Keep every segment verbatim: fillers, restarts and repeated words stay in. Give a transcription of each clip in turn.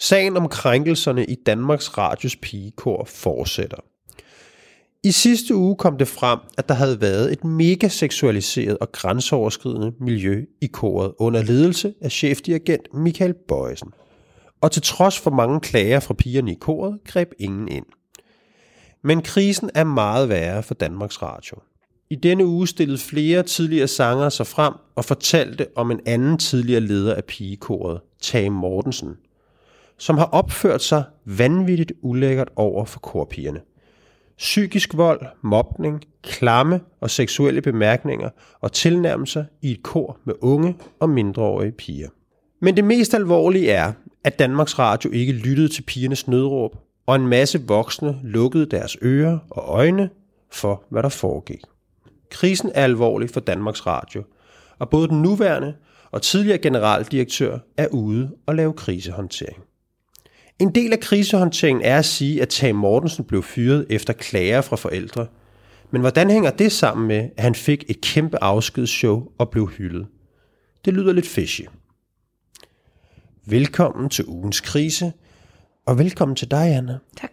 Sagen om krænkelserne i Danmarks Radios pigekor fortsætter. I sidste uge kom det frem, at der havde været et mega seksualiseret og grænseoverskridende miljø i koret under ledelse af chefdirigent Michael Bojesen. Og til trods for mange klager fra pigerne i koret, greb ingen ind. Men krisen er meget værre for Danmarks Radio. I denne uge stillede flere tidligere sangere sig frem og fortalte om en anden tidligere leder af pigekoret, Tage Mortensen, som har opført sig vanvittigt ulækkert over for korpigerne. Psykisk vold, mobning, klamme og seksuelle bemærkninger og tilnærmelser i et kor med unge og mindreårige piger. Men det mest alvorlige er, at Danmarks Radio ikke lyttede til pigernes nødråb, og en masse voksne lukkede deres ører og øjne for, hvad der foregik. Krisen er alvorlig for Danmarks Radio, og både den nuværende og tidligere generaldirektør er ude og lave krisehåndtering. En del af krisehåndteringen er at sige, at Tage Mortensen blev fyret efter klager fra forældre. Men hvordan hænger det sammen med, at han fik et kæmpe afskedsshow og blev hyldet? Det lyder lidt fishy. Velkommen til ugens krise, og velkommen til dig, Anna. Tak.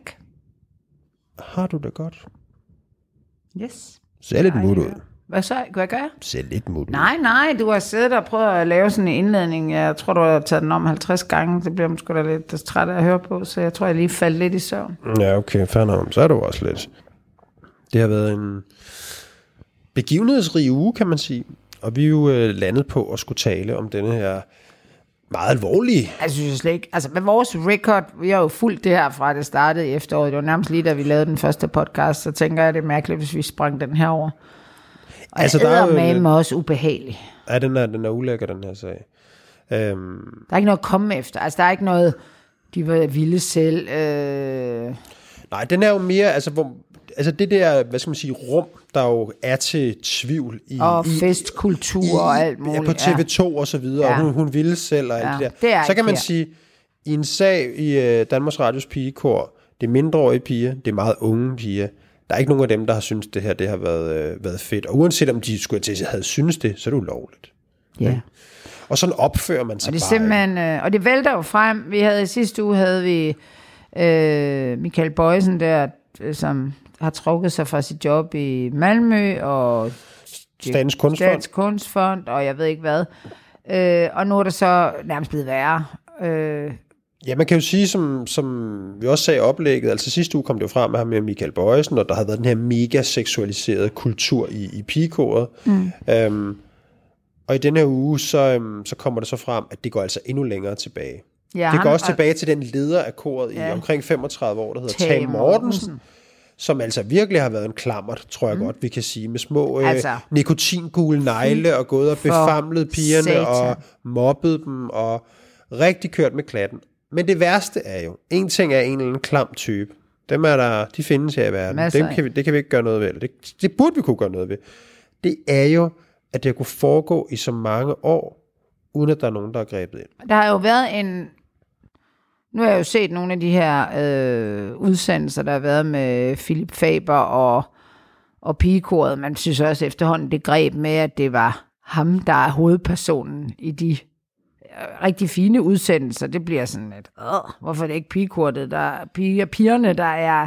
Har du det godt? Yes. Ser lidt mut ud. Hvad så? Kan jeg gøre? Ser lidt mut ud. Nej, nej, du har siddet og prøvet at lave sådan en indledning. Jeg tror, du har taget den om halvtreds gange. Det bliver man sgu da lidt træt af at høre på, så jeg tror, jeg lige faldt lidt i søvn. Ja, okay, fair nok. Så er du også lidt. Det har været en begivenhedsrig uge, kan man sige. Og vi er jo øh, landet på at skulle tale om denne her meget alvorlige. Jeg synes slet ikke. Altså med vores record, vi har jo fulgt det her fra det startede i efteråret. Det var nærmest lige, da vi lavede den første podcast, så tænker jeg, det er mærkeligt, hvis vi sprang den her over. Og altså, der er jo med mig også ubehagelig. Ja, den er, den er ulækker, den her sag. Øhm. Der er ikke noget at komme efter. Altså, der er ikke noget, de var vilde selv. Øh... Nej, den er jo mere, altså, hvor, altså det der, hvad skal man sige, rum, der jo er til tvivl i... Og i, festkultur i, og alt muligt. Ja, på T V to og så videre, ja. og hun, hun ville selv og alt ja, det der. Det så kan man her. sige, i en sag i uh, Danmarks Radios pigekor, det er mindreårige piger, det er meget unge piger. Der er ikke nogen af dem, der har syntes, det her det har været, øh, været fedt. Og uanset om de skulle til havde syntes det, så er det ulovligt. Ja. Okay? Og sådan opfører man sig og det er bare. Simpelthen, øh, og det vælter jo frem. Vi havde i sidste uge havde vi øh, Michael Bojesen der, som har trukket sig fra sit job i Malmø og Statens Kunstfond. Statens Kunstfond, og jeg ved ikke hvad. Øh, og nu er det så nærmest blevet værre. Øh, Ja, man kan jo sige, som, som vi også sagde i oplægget, altså sidste uge kom det jo frem med ham med Michael Bojesen, og der havde været den her mega seksualiserede kultur i, i pigekoret. Mm. Øhm, og i den her uge, så, øhm, så kommer det så frem, at det går altså endnu længere tilbage. Ja, det går også og... tilbage til den leder af koret ja. i omkring femogtredive år, der hedder Tage Mortensen, som altså virkelig har været en klammert, tror jeg mm. godt, vi kan sige, med små øh, altså, nikotingule negle og gået og befamlet pigerne satan. og mobbet dem og rigtig kørt med klatten. Men det værste er jo, en ting er en eller anden klam type. Dem er der, de findes her i verden. Dem kan vi, det kan vi ikke gøre noget ved. Det, det burde vi kunne gøre noget ved. Det er jo, at det kunne foregå i så mange år, uden at der er nogen, der har grebet ind. Der har jo været en... Nu har jeg jo set nogle af de her øh, udsendelser, der har været med Philip Faber og, og pigekoret. Man synes også efterhånden, det greb med, at det var ham, der er hovedpersonen i de rigtig fine udsendelser. Det bliver sådan et, øh, hvorfor er det ikke pigekortet, der piger, pigerne, der er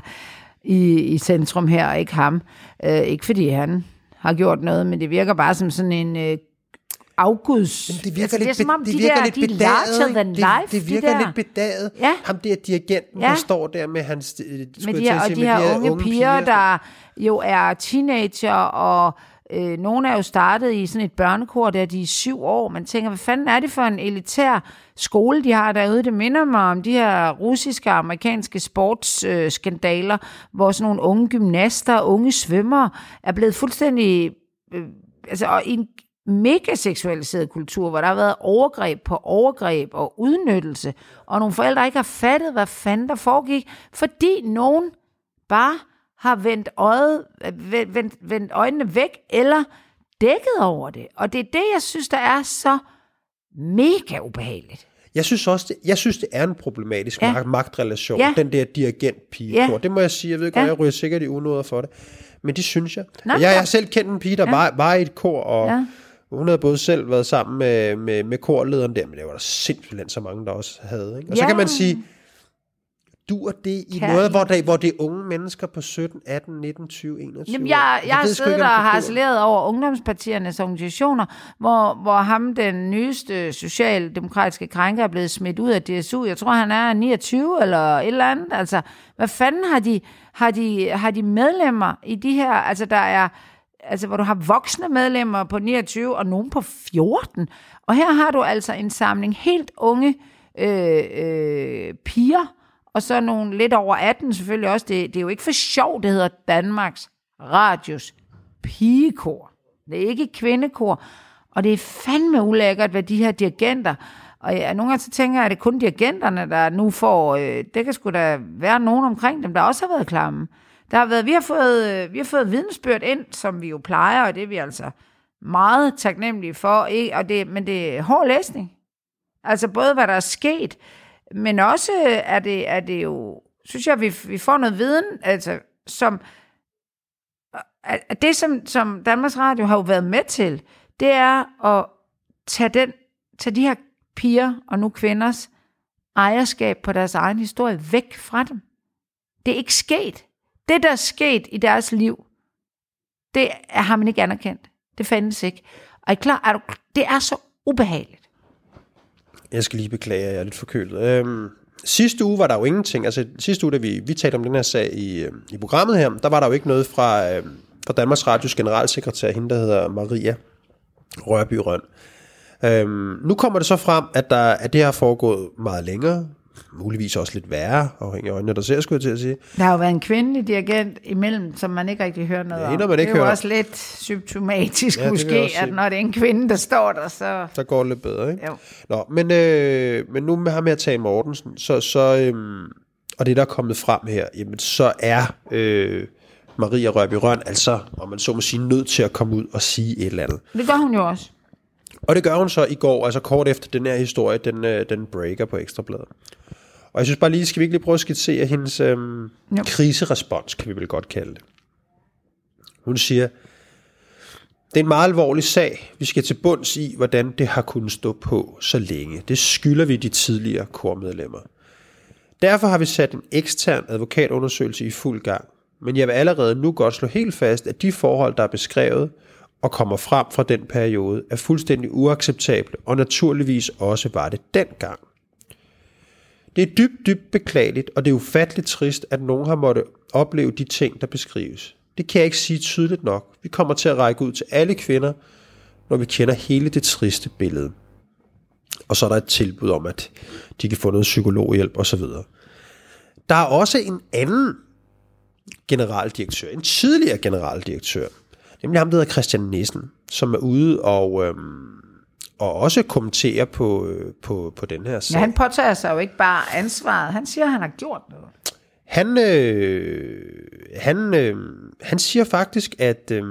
i, i centrum her, og ikke ham. Øh, ikke fordi han har gjort noget, men det virker bare som sådan en øh, afguds... Men det virker altså, lidt, det er, som om, det de virker der, lidt de bedaget. Det, det, det virker de lidt bedaget. Ja. Ham der dirigenten, ja. der står der med hans... Med de her, og de, de her, her unge, unge piger, piger, der jo er teenager, og øh, nogle er jo startet i sådan et børnekor, der de er syv år. Man tænker, hvad fanden er det for en elitær skole, de har derude? Det minder mig om de her russiske og amerikanske sportsskandaler, øh, hvor sådan nogle unge gymnaster, unge svømmere er blevet fuldstændig... Øh, altså, og en mega seksualiseret kultur, hvor der har været overgreb på overgreb og udnyttelse, og nogle forældre ikke har fattet, hvad fanden der foregik, fordi nogen bare har vendt, øjet, vendt, vendt øjnene væk, eller dækket over det. Og det er det, jeg synes, der er så mega ubehageligt. Jeg synes også, det, jeg synes, det er en problematisk ja. magt, magtrelation, ja. den der dirigent-pige. Ja. Det må jeg sige, jeg ved godt, ja. jeg ryger sikkert i unåder for det, men det synes jeg. Nå, jeg, jeg har selv kendt en pige, der ja. var, var i et kor, og ja. hun havde både selv været sammen med, med, med korlederen der, men det var der simpelthen så mange, der også havde. Ikke? Og ja. så kan man sige, dur det i Kærlig. noget, hvor det, hvor det er unge mennesker på sytten, atten, nitten, tyve, enogtyve? Jamen, jeg, jeg, jeg har siddet og harceleret over ungdomspartiernes organisationer, hvor, hvor ham, den nyeste socialdemokratiske krænker, er blevet smidt ud af D S U. Jeg tror, han er niogtyve eller et eller andet. Altså, hvad fanden har de, har de, har de medlemmer i de her, altså der er, altså hvor du har voksne medlemmer på niogtyve og nogen på fjorten. Og her har du altså en samling helt unge øh, øh, piger, og så nogle lidt over atten selvfølgelig også. Det, det er jo ikke for sjov, det hedder Danmarks Radios pigekor. Det er ikke kvindekor. Og det er fandme ulækkert, hvad de her dirigenter. Og ja, nogle gange så tænker jeg, at det er kun dirigenterne, der nu får... Øh, det kan sgu da være nogen omkring dem, der også har været klamme. Der har været, vi, har fået, øh, vi har fået vidensbyrd ind, som vi jo plejer, og det er vi altså meget taknemmelige for. Ikke? Og det, men det er hård læsning. Altså både, hvad der er sket, men også er det, er det jo, synes jeg, vi, vi får noget viden, altså, som, at det, som, som Danmarks Radio har jo været med til, det er at tage, den, tage de her piger og nu kvinders ejerskab på deres egen historie væk fra dem. Det er ikke sket. Det, der er sket i deres liv, det har man ikke anerkendt. Det fandtes ikke. Og er klar, er du, det er så ubehageligt. Jeg skal lige beklage, at jeg er lidt forkølet. Øhm, sidste uge var der jo ingenting. Altså sidste uge, da vi, vi talte om den her sag i, i programmet her, der var der jo ikke noget fra, øh, fra Danmarks Radios generalsekretær, hende der hedder Maria Rørbye Rønn. Øhm, nu kommer det så frem, at, der, at det har foregået meget længere, muligvis også lidt værre, afhængig af øjnene, der ser, skulle jeg til at sige. Der har jo været en kvindelig dirigent imellem, som man ikke rigtig hører noget ja, om. Man ikke det er hører. Jo også lidt symptomatisk ja, måske, at når det er en kvinde, der står der, så... Der går det lidt bedre, ikke? Jo. Nå, men, øh, men nu med ham her, Tage Mortensen, så, så, øh, og det, der er kommet frem her, jamen, så er øh, Maria Rørbye Rønn, altså, om man så må sige, nødt til at komme ud og sige et eller andet. Det gør hun jo også. Og det gør hun så i går, altså kort efter den her historie, den, den breaker på Ekstrabladet. Og jeg synes bare lige, skal vi ikke lige prøve at skitsere hendes øhm, kriserespons, kan vi vel godt kalde det. Hun siger, det er en meget alvorlig sag. Vi skal til bunds i, hvordan det har kunnet stå på så længe. Det skylder vi de tidligere kormedlemmer. Derfor har vi sat en ekstern advokatundersøgelse i fuld gang. Men jeg vil allerede nu godt slå helt fast, at de forhold, der er beskrevet og kommer frem fra den periode, er fuldstændig uacceptable, og naturligvis også var det dengang. Det er dybt, dybt beklageligt, og det er ufatteligt trist, at nogen har måttet opleve de ting, der beskrives. Det kan jeg ikke sige tydeligt nok. Vi kommer til at række ud til alle kvinder, når vi kender hele det triste billede. Og så er der et tilbud om, at de kan få noget psykologhjælp osv. Der er også en anden generaldirektør, en tidligere generaldirektør, nemlig ham, der hedder Christian Nissen, som er ude og, øhm, og også kommenterer på, øh, på, på den her sag. Men han påtager sig jo ikke bare ansvaret. Han siger, at han har gjort noget. Han, øh, han, øh, han siger faktisk, at øh,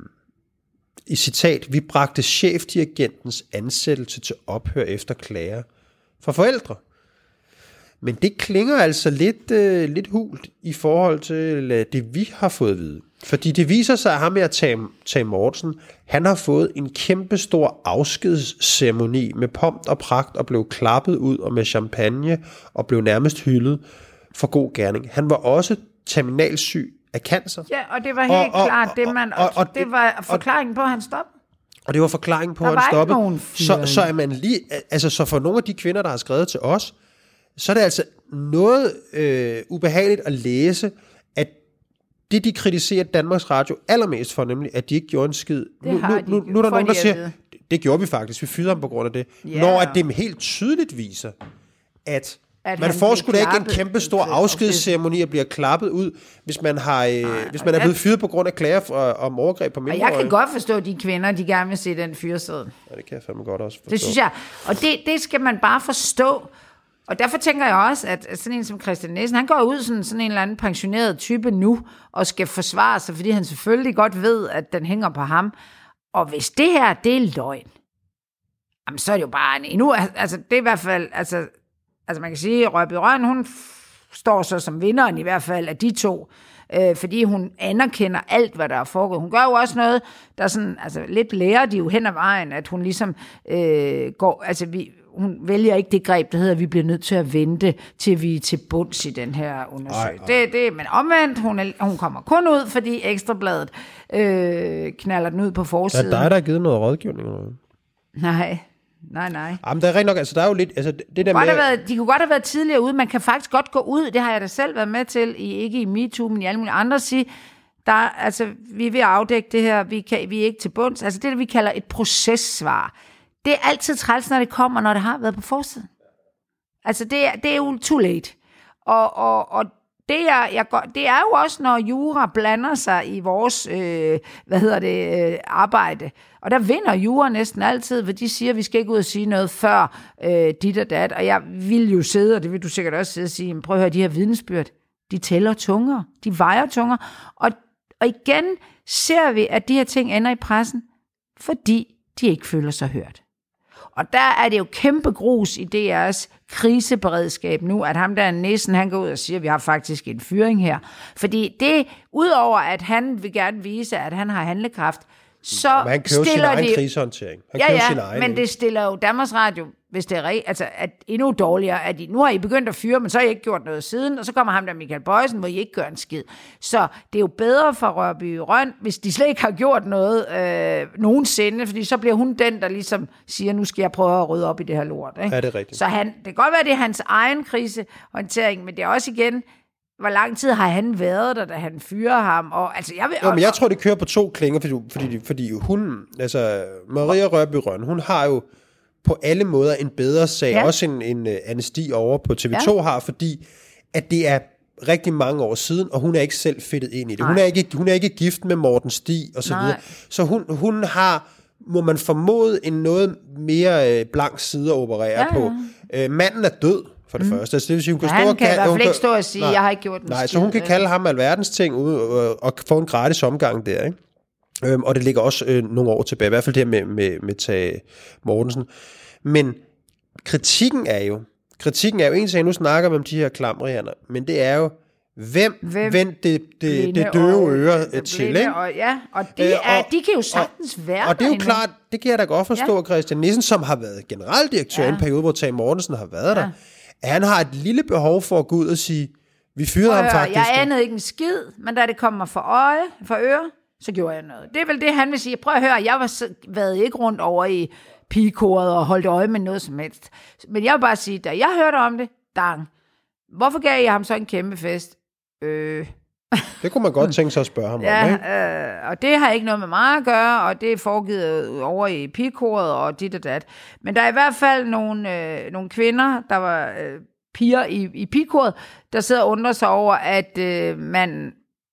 i citat, vi bragte chefdirigentens ansættelse til ophør efter klager fra forældre. Men det klinger altså lidt, øh, lidt hult i forhold til øh, det, vi har fået at vide. Fordi det viser sig, at ham her, Tage, Tage Mortensen, han har fået en kæmpe stor afskedsceremoni med pomp og pragt og blev klappet ud og med champagne og blev nærmest hyldet for god gerning. Han var også terminalsyg af cancer. Ja, og det var helt og, klart og, det, man, og, og, og, det var forklaringen på, at han stoppede. Og det var forklaringen på, at han stoppede. Så, så er man lige, altså så for nogle af de kvinder, der har skrevet til os, så er det altså noget øh, ubehageligt at læse, at det, de kritiserer Danmarks Radio allermest for, nemlig, at de ikke gjorde en skid. Det nu, har nu, de nu er der nogen, der siger, det. det gjorde vi faktisk, vi fyrede ham på grund af det. Yeah. Når at det helt tydeligt viser, at, at man får sgu da ikke en kæmpe stor afskedsceremoni og bliver klappet ud, hvis man, har, øh, Ej, hvis man er blevet fyret på grund af klager for, om overgreb på mindreårige. Og jeg kan godt forstå, at de kvinder, de gerne vil se den fyreseddel. Ja, det kan jeg fandme godt også forstå. Det synes jeg, og det, det skal man bare forstå. Og derfor tænker jeg også, at sådan en som Christian Nissen, han går ud sådan, sådan en eller anden pensioneret type nu, og skal forsvare sig, fordi han selvfølgelig godt ved, at den hænger på ham. Og hvis det her, det er løgn, jamen, så er det jo bare en endnu, altså det er i hvert fald, altså, altså man kan sige, at Rørbye Rønn, hun står så som vinderen i hvert fald af de to, øh, fordi hun anerkender alt, hvad der er foregået. Hun gør jo også noget, der sådan, altså lidt lærer de jo hen ad vejen, at hun ligesom øh, går, altså vi, hun vælger ikke det greb, der hedder, at vi bliver nødt til at vente, til vi er til bunds i den her undersøgelse. Det, det, men omvendt, hun, er, hun kommer kun ud, fordi Ekstrabladet øh, knaller den ud på forsiden. Er dig, der har givet noget rådgivning? Eller? Nej, nej, nej. Jamen, der er rigtig nok, altså der er jo lidt, altså det der med... Været, de kunne godt have været tidligere ude, man kan faktisk godt gå ud, det har jeg da selv været med til, i, ikke i MeToo, men i alle mulige andre, sige, der, altså, vi er ved at afdække det her, vi, kan, vi er ikke til bunds. Altså det, vi kalder et processvar. Det er altid træls, når det kommer, når det har været på forsiden. Altså det, det er jo too late. Og, og, og det, jeg, jeg gør, det er jo også, når jura blander sig i vores øh, hvad hedder det, øh, arbejde. Og der vinder jura næsten altid, for de siger, at vi skal ikke ud og sige noget før øh, dit og dat. Og jeg vil jo sidde, og det vil du sikkert også sidde og sige, prøv at høre, de her vidnesbyrd, de tæller tungere, de vejer tungere. Og, og igen ser vi, at de her ting ender i pressen, fordi de ikke føler sig hørt. Og der er det jo kæmpe grus i D R's kriseberedskab nu, at ham der Nissen, han går ud og siger, at vi har faktisk en fyring her. Fordi det, udover at han vil gerne vise, at han har handlekraft, så men han køber stiller sin egen de... krisehåndtering. Han ja, ja, sin egen, men det stiller jo Danmarks Radio, hvis det er rigtigt, altså at endnu dårligere, at I, nu har I begyndt at fyre, men så har I ikke gjort noget siden, og så kommer ham der Michael Bojesen, hvor I ikke gør en skid. Så det er jo bedre for Rørby Rønn, hvis de slet ikke har gjort noget øh, nogensinde, fordi så bliver hun den, der ligesom siger, nu skal jeg prøve at rydde op i det her lort. Ikke? Ja, det er rigtigt. Så han, det kan godt være, at det er hans egen krisehåndtering, men det er også igen, hvor lang tid har han været der, da han fyrer ham? Og, altså, jeg vil, jo, men jeg tror, det kører på to klinger, fordi, fordi, fordi hun, altså Maria Rørby Rønn, hun har jo på alle måder en bedre sag, ja. Også en, en uh, Anne Stig over på T V to ja. Har, fordi at det er rigtig mange år siden, og hun er ikke selv fedtet ind i det. Hun er, ikke, hun er ikke gift med Morten Stig, og så Nej. Videre. Så hun, hun har, må man formode, en noget mere uh, blank side at operere ja, ja. På. Uh, manden er død, for det mm. første. Altså, det vil sige, hun kan, ja, stå han kan og i hvert fald ikke stå og sige, nej, jeg har ikke gjort en Nej, skid. så hun kan kalde ham alverdens ting ud og, og få en gratis omgang der, ikke? Øhm, og det ligger også øh, nogle år tilbage, i hvert fald det her med, med, med Tage Mortensen. Men kritikken er jo, kritikken er jo en ting, nu snakker vi om de her klamrianer, men det er jo, hvem, hvem vendte det, det, det døve øre og, til, ikke? Og, ja, og, de, er, øh, og de kan jo sagtens og, være Og det er jo klart, det kan jeg da godt forstå, ja. Christian Nissen, som har været generaldirektør ja. I en periode, hvor Tage Mortensen har været ja. Der, han har et lille behov for at gå ud og sige, vi fyrede ham faktisk. Jeg anede ikke en skid, men da det kommer for øje, for øre, så gjorde jeg noget. Det er vel det, han vil sige. Prøv at høre, jeg var været ikke rundt over i pigekoret og holdt øje med noget som helst. Men jeg vil bare sige, da jeg hørte om det, dang. Hvorfor gav jeg ham så en kæmpe fest? Øh... Det kunne man godt tænke sig at spørge ham ja, om, ikke? Øh, og det har ikke noget med mig at gøre, og det er foregivet over i pigekoret og dit og dat. Men der er i hvert fald nogle, øh, nogle kvinder, der var øh, piger i, i pigekoret, der sidder og undrer sig over, at øh, man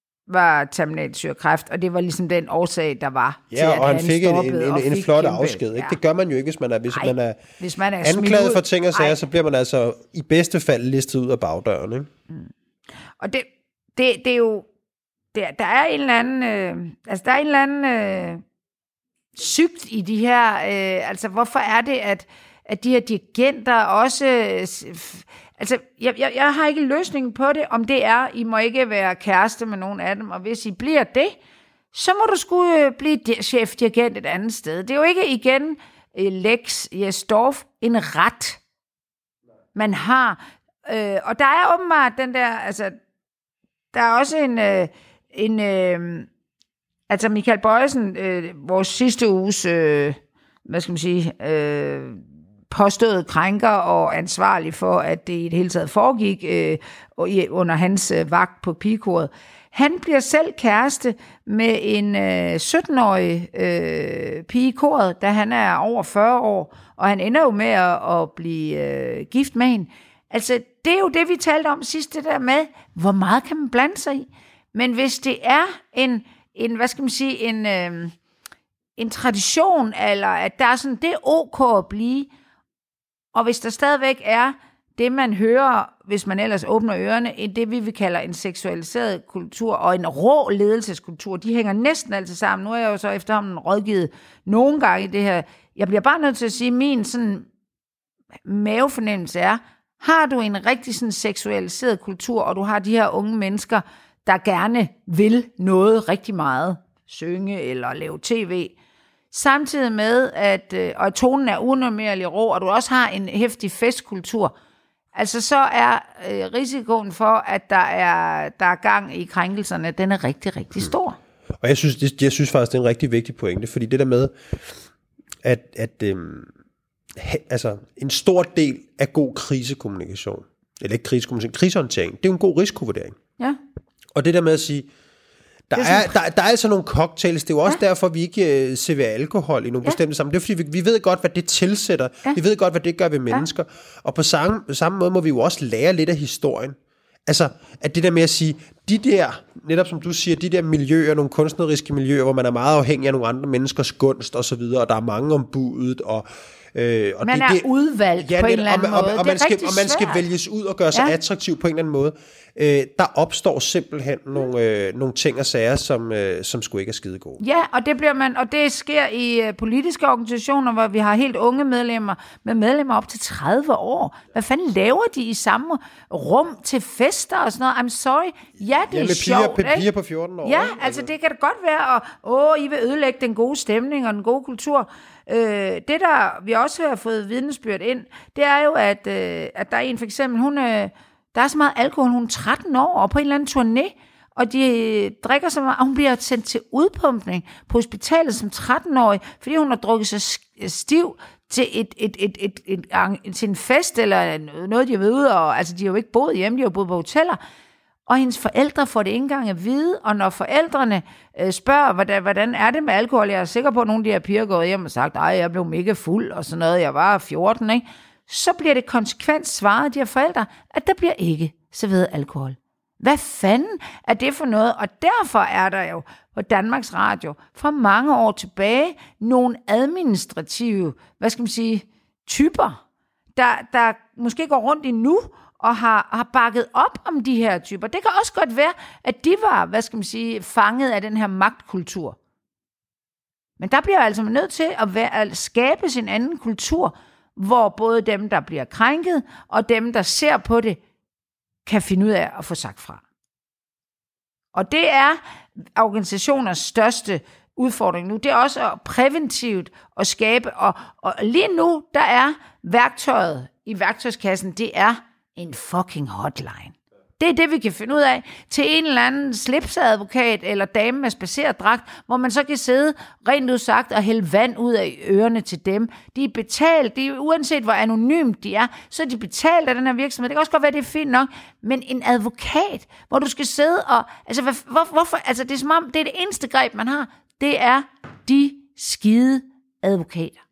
var terminalt syrekræft, og det var ligesom den årsag, der var ja, til, at og han fik en, en, en, en flot kæmpe, afsked. Ikke? Ja. Det gør man jo ikke, hvis man er, hvis Ej, man er, hvis man er anklaget for ting og sager, så bliver man altså i bedste fald listet ud af bagdøren. Ikke? Mm. Og det, det, det er jo, det, der er en eller anden, øh, altså der er en eller anden øh, sygt i de her, øh, altså hvorfor er det, at, at de her dirigenter også, øh, altså jeg, jeg, jeg har ikke løsningen på det, om det er, I må ikke være kæreste med nogen af dem, og hvis I bliver det, så må du sgu øh, blive chefdirigent et andet sted. Det er jo ikke igen øh, Lex Jesdorf en ret, man har, øh, og der er åbenbart den der, altså der er også en, øh, en øh, altså Michael Bojesen, øh, vores sidste uges, øh, hvad skal man sige, øh, påstået krænker og ansvarlig for, at det i det hele taget foregik øh, under hans øh, vagt på pigekoret. Han bliver selv kæreste med en øh, sytten-årig øh, pige i koret, da han er over fyrre år, og han ender jo med at, at blive øh, gift med hende. Altså, det er jo det, vi talte om sidst, det der med, hvor meget kan man blande sig i? Men hvis det er en, en hvad skal man sige, en, øh, en tradition, eller at der er sådan, det er ok at blive, og hvis der stadigvæk er det, man hører, hvis man ellers åbner ørerne, det vi vil kalde en seksualiseret kultur og en rå ledelseskultur, de hænger næsten altid sammen. Nu er jeg jo så efterhånden rådgivet nogle gange i det her. Jeg bliver bare nødt til at sige, at min sådan mavefornemmelse er, har du en rigtig sådan seksualiseret kultur, og du har de her unge mennesker, der gerne vil noget rigtig meget, synge eller lave tv, samtidig med, at øh, og tonen er unormerlig rå, og du også har en hæftig festkultur, altså så er øh, risikoen for, at der er, der er gang i krænkelserne, den er rigtig, rigtig stor. Og jeg synes, det, jeg synes faktisk, det er en rigtig vigtig pointe, fordi det der med, at, at øhm, he, altså, en stor del af god krisekommunikation, eller ikke krisekommunikation, krisehåndtering, det er jo en god risikovurdering. Ja. Og det der med at sige, der er, er, der, der er altså nogle cocktails, det er jo også ja. derfor, vi ikke uh, serverer alkohol i nogle ja. bestemte sammen. Det er fordi, vi, vi ved godt, hvad det tilsætter. Ja. Vi ved godt, hvad det gør ved mennesker. Ja. Og på samme, samme måde må vi jo også lære lidt af historien. Altså, at det der med at sige, de der, netop som du siger, de der miljøer, nogle kunstneriske miljøer, hvor man er meget afhængig af nogle andre menneskers gunst og så videre, og der er mange om budet, og Øh, og man det, er det, udvalgt ja, på en eller anden og, måde. Og, og, og, det er man skal, rigtig og man skal svært. vælges ud og gøre sig ja. attraktiv på en eller anden måde. Øh, der opstår simpelthen nogle, øh, nogle ting og sager, som, øh, som sgu ikke er skide gode. Ja, og det bliver man, og det sker i uh, politiske organisationer, hvor vi har helt unge medlemmer, med medlemmer op til tredive år. Hvad fanden laver de i samme rum til fester og sådan noget? I'm sorry. Ja, det ja, er med sjovt. Piger, piger på fjorten år. Ja, ikke? altså det kan da godt være, og åh, I vil ødelægge den gode stemning og den gode kultur. Øh, det der vi også har fået vidnesbyrd ind, det er jo at, øh, at der er en for eksempel, hun, øh, der er så meget alkohol, hun er tretten år og på en eller anden turné, og de øh, drikker så meget, og hun bliver sendt til udpumpning på hospitalet som tretten-årig, fordi hun har drukket sig stiv til et, et, et, et, et, et til en fest eller noget de har været ude, og altså de har jo ikke boet hjemme, de har boet på hoteller. Og hendes forældre får det ikke engang at vide, og når forældrene øh, spørger, hvordan, hvordan er det med alkohol, jeg er sikker på, at nogle af de her piger er gået hjem og sagt, ej, jeg blev mega fuld og sådan noget, jeg var fjorten, ikke? Så bliver det konsekvent svaret af de her forældre, at der bliver ikke serveret alkohol. Hvad fanden er det for noget? Og derfor er der jo på Danmarks Radio fra mange år tilbage nogle administrative, hvad skal man sige, typer, der, der måske går rundt i nu, og har, har bakket op om de her typer. Det kan også godt være, at de var, hvad skal man sige, fanget af den her magtkultur. Men der bliver altså nødt til at, være, at skabe sin anden kultur, hvor både dem, der bliver krænket, og dem, der ser på det, kan finde ud af at få sagt fra. Og det er organisationers største udfordring nu. Det er også præventivt at skabe, og, og lige nu, der er værktøjet i værktøjskassen, det er en fucking hotline. Det er det, vi kan finde ud af til en eller anden slipsadvokat eller dame med spacerdragt, hvor man så kan sidde rent udsagt og hælde vand ud af ørerne til dem. De er betalt, de er, uanset hvor anonymt de er, så er de betalt af den her virksomhed. Det kan også godt være, det er fint nok, men en advokat, hvor du skal sidde og... Altså, hvor, hvorfor? Altså, det er som om, det er det eneste greb, man har. Det er de skide advokater.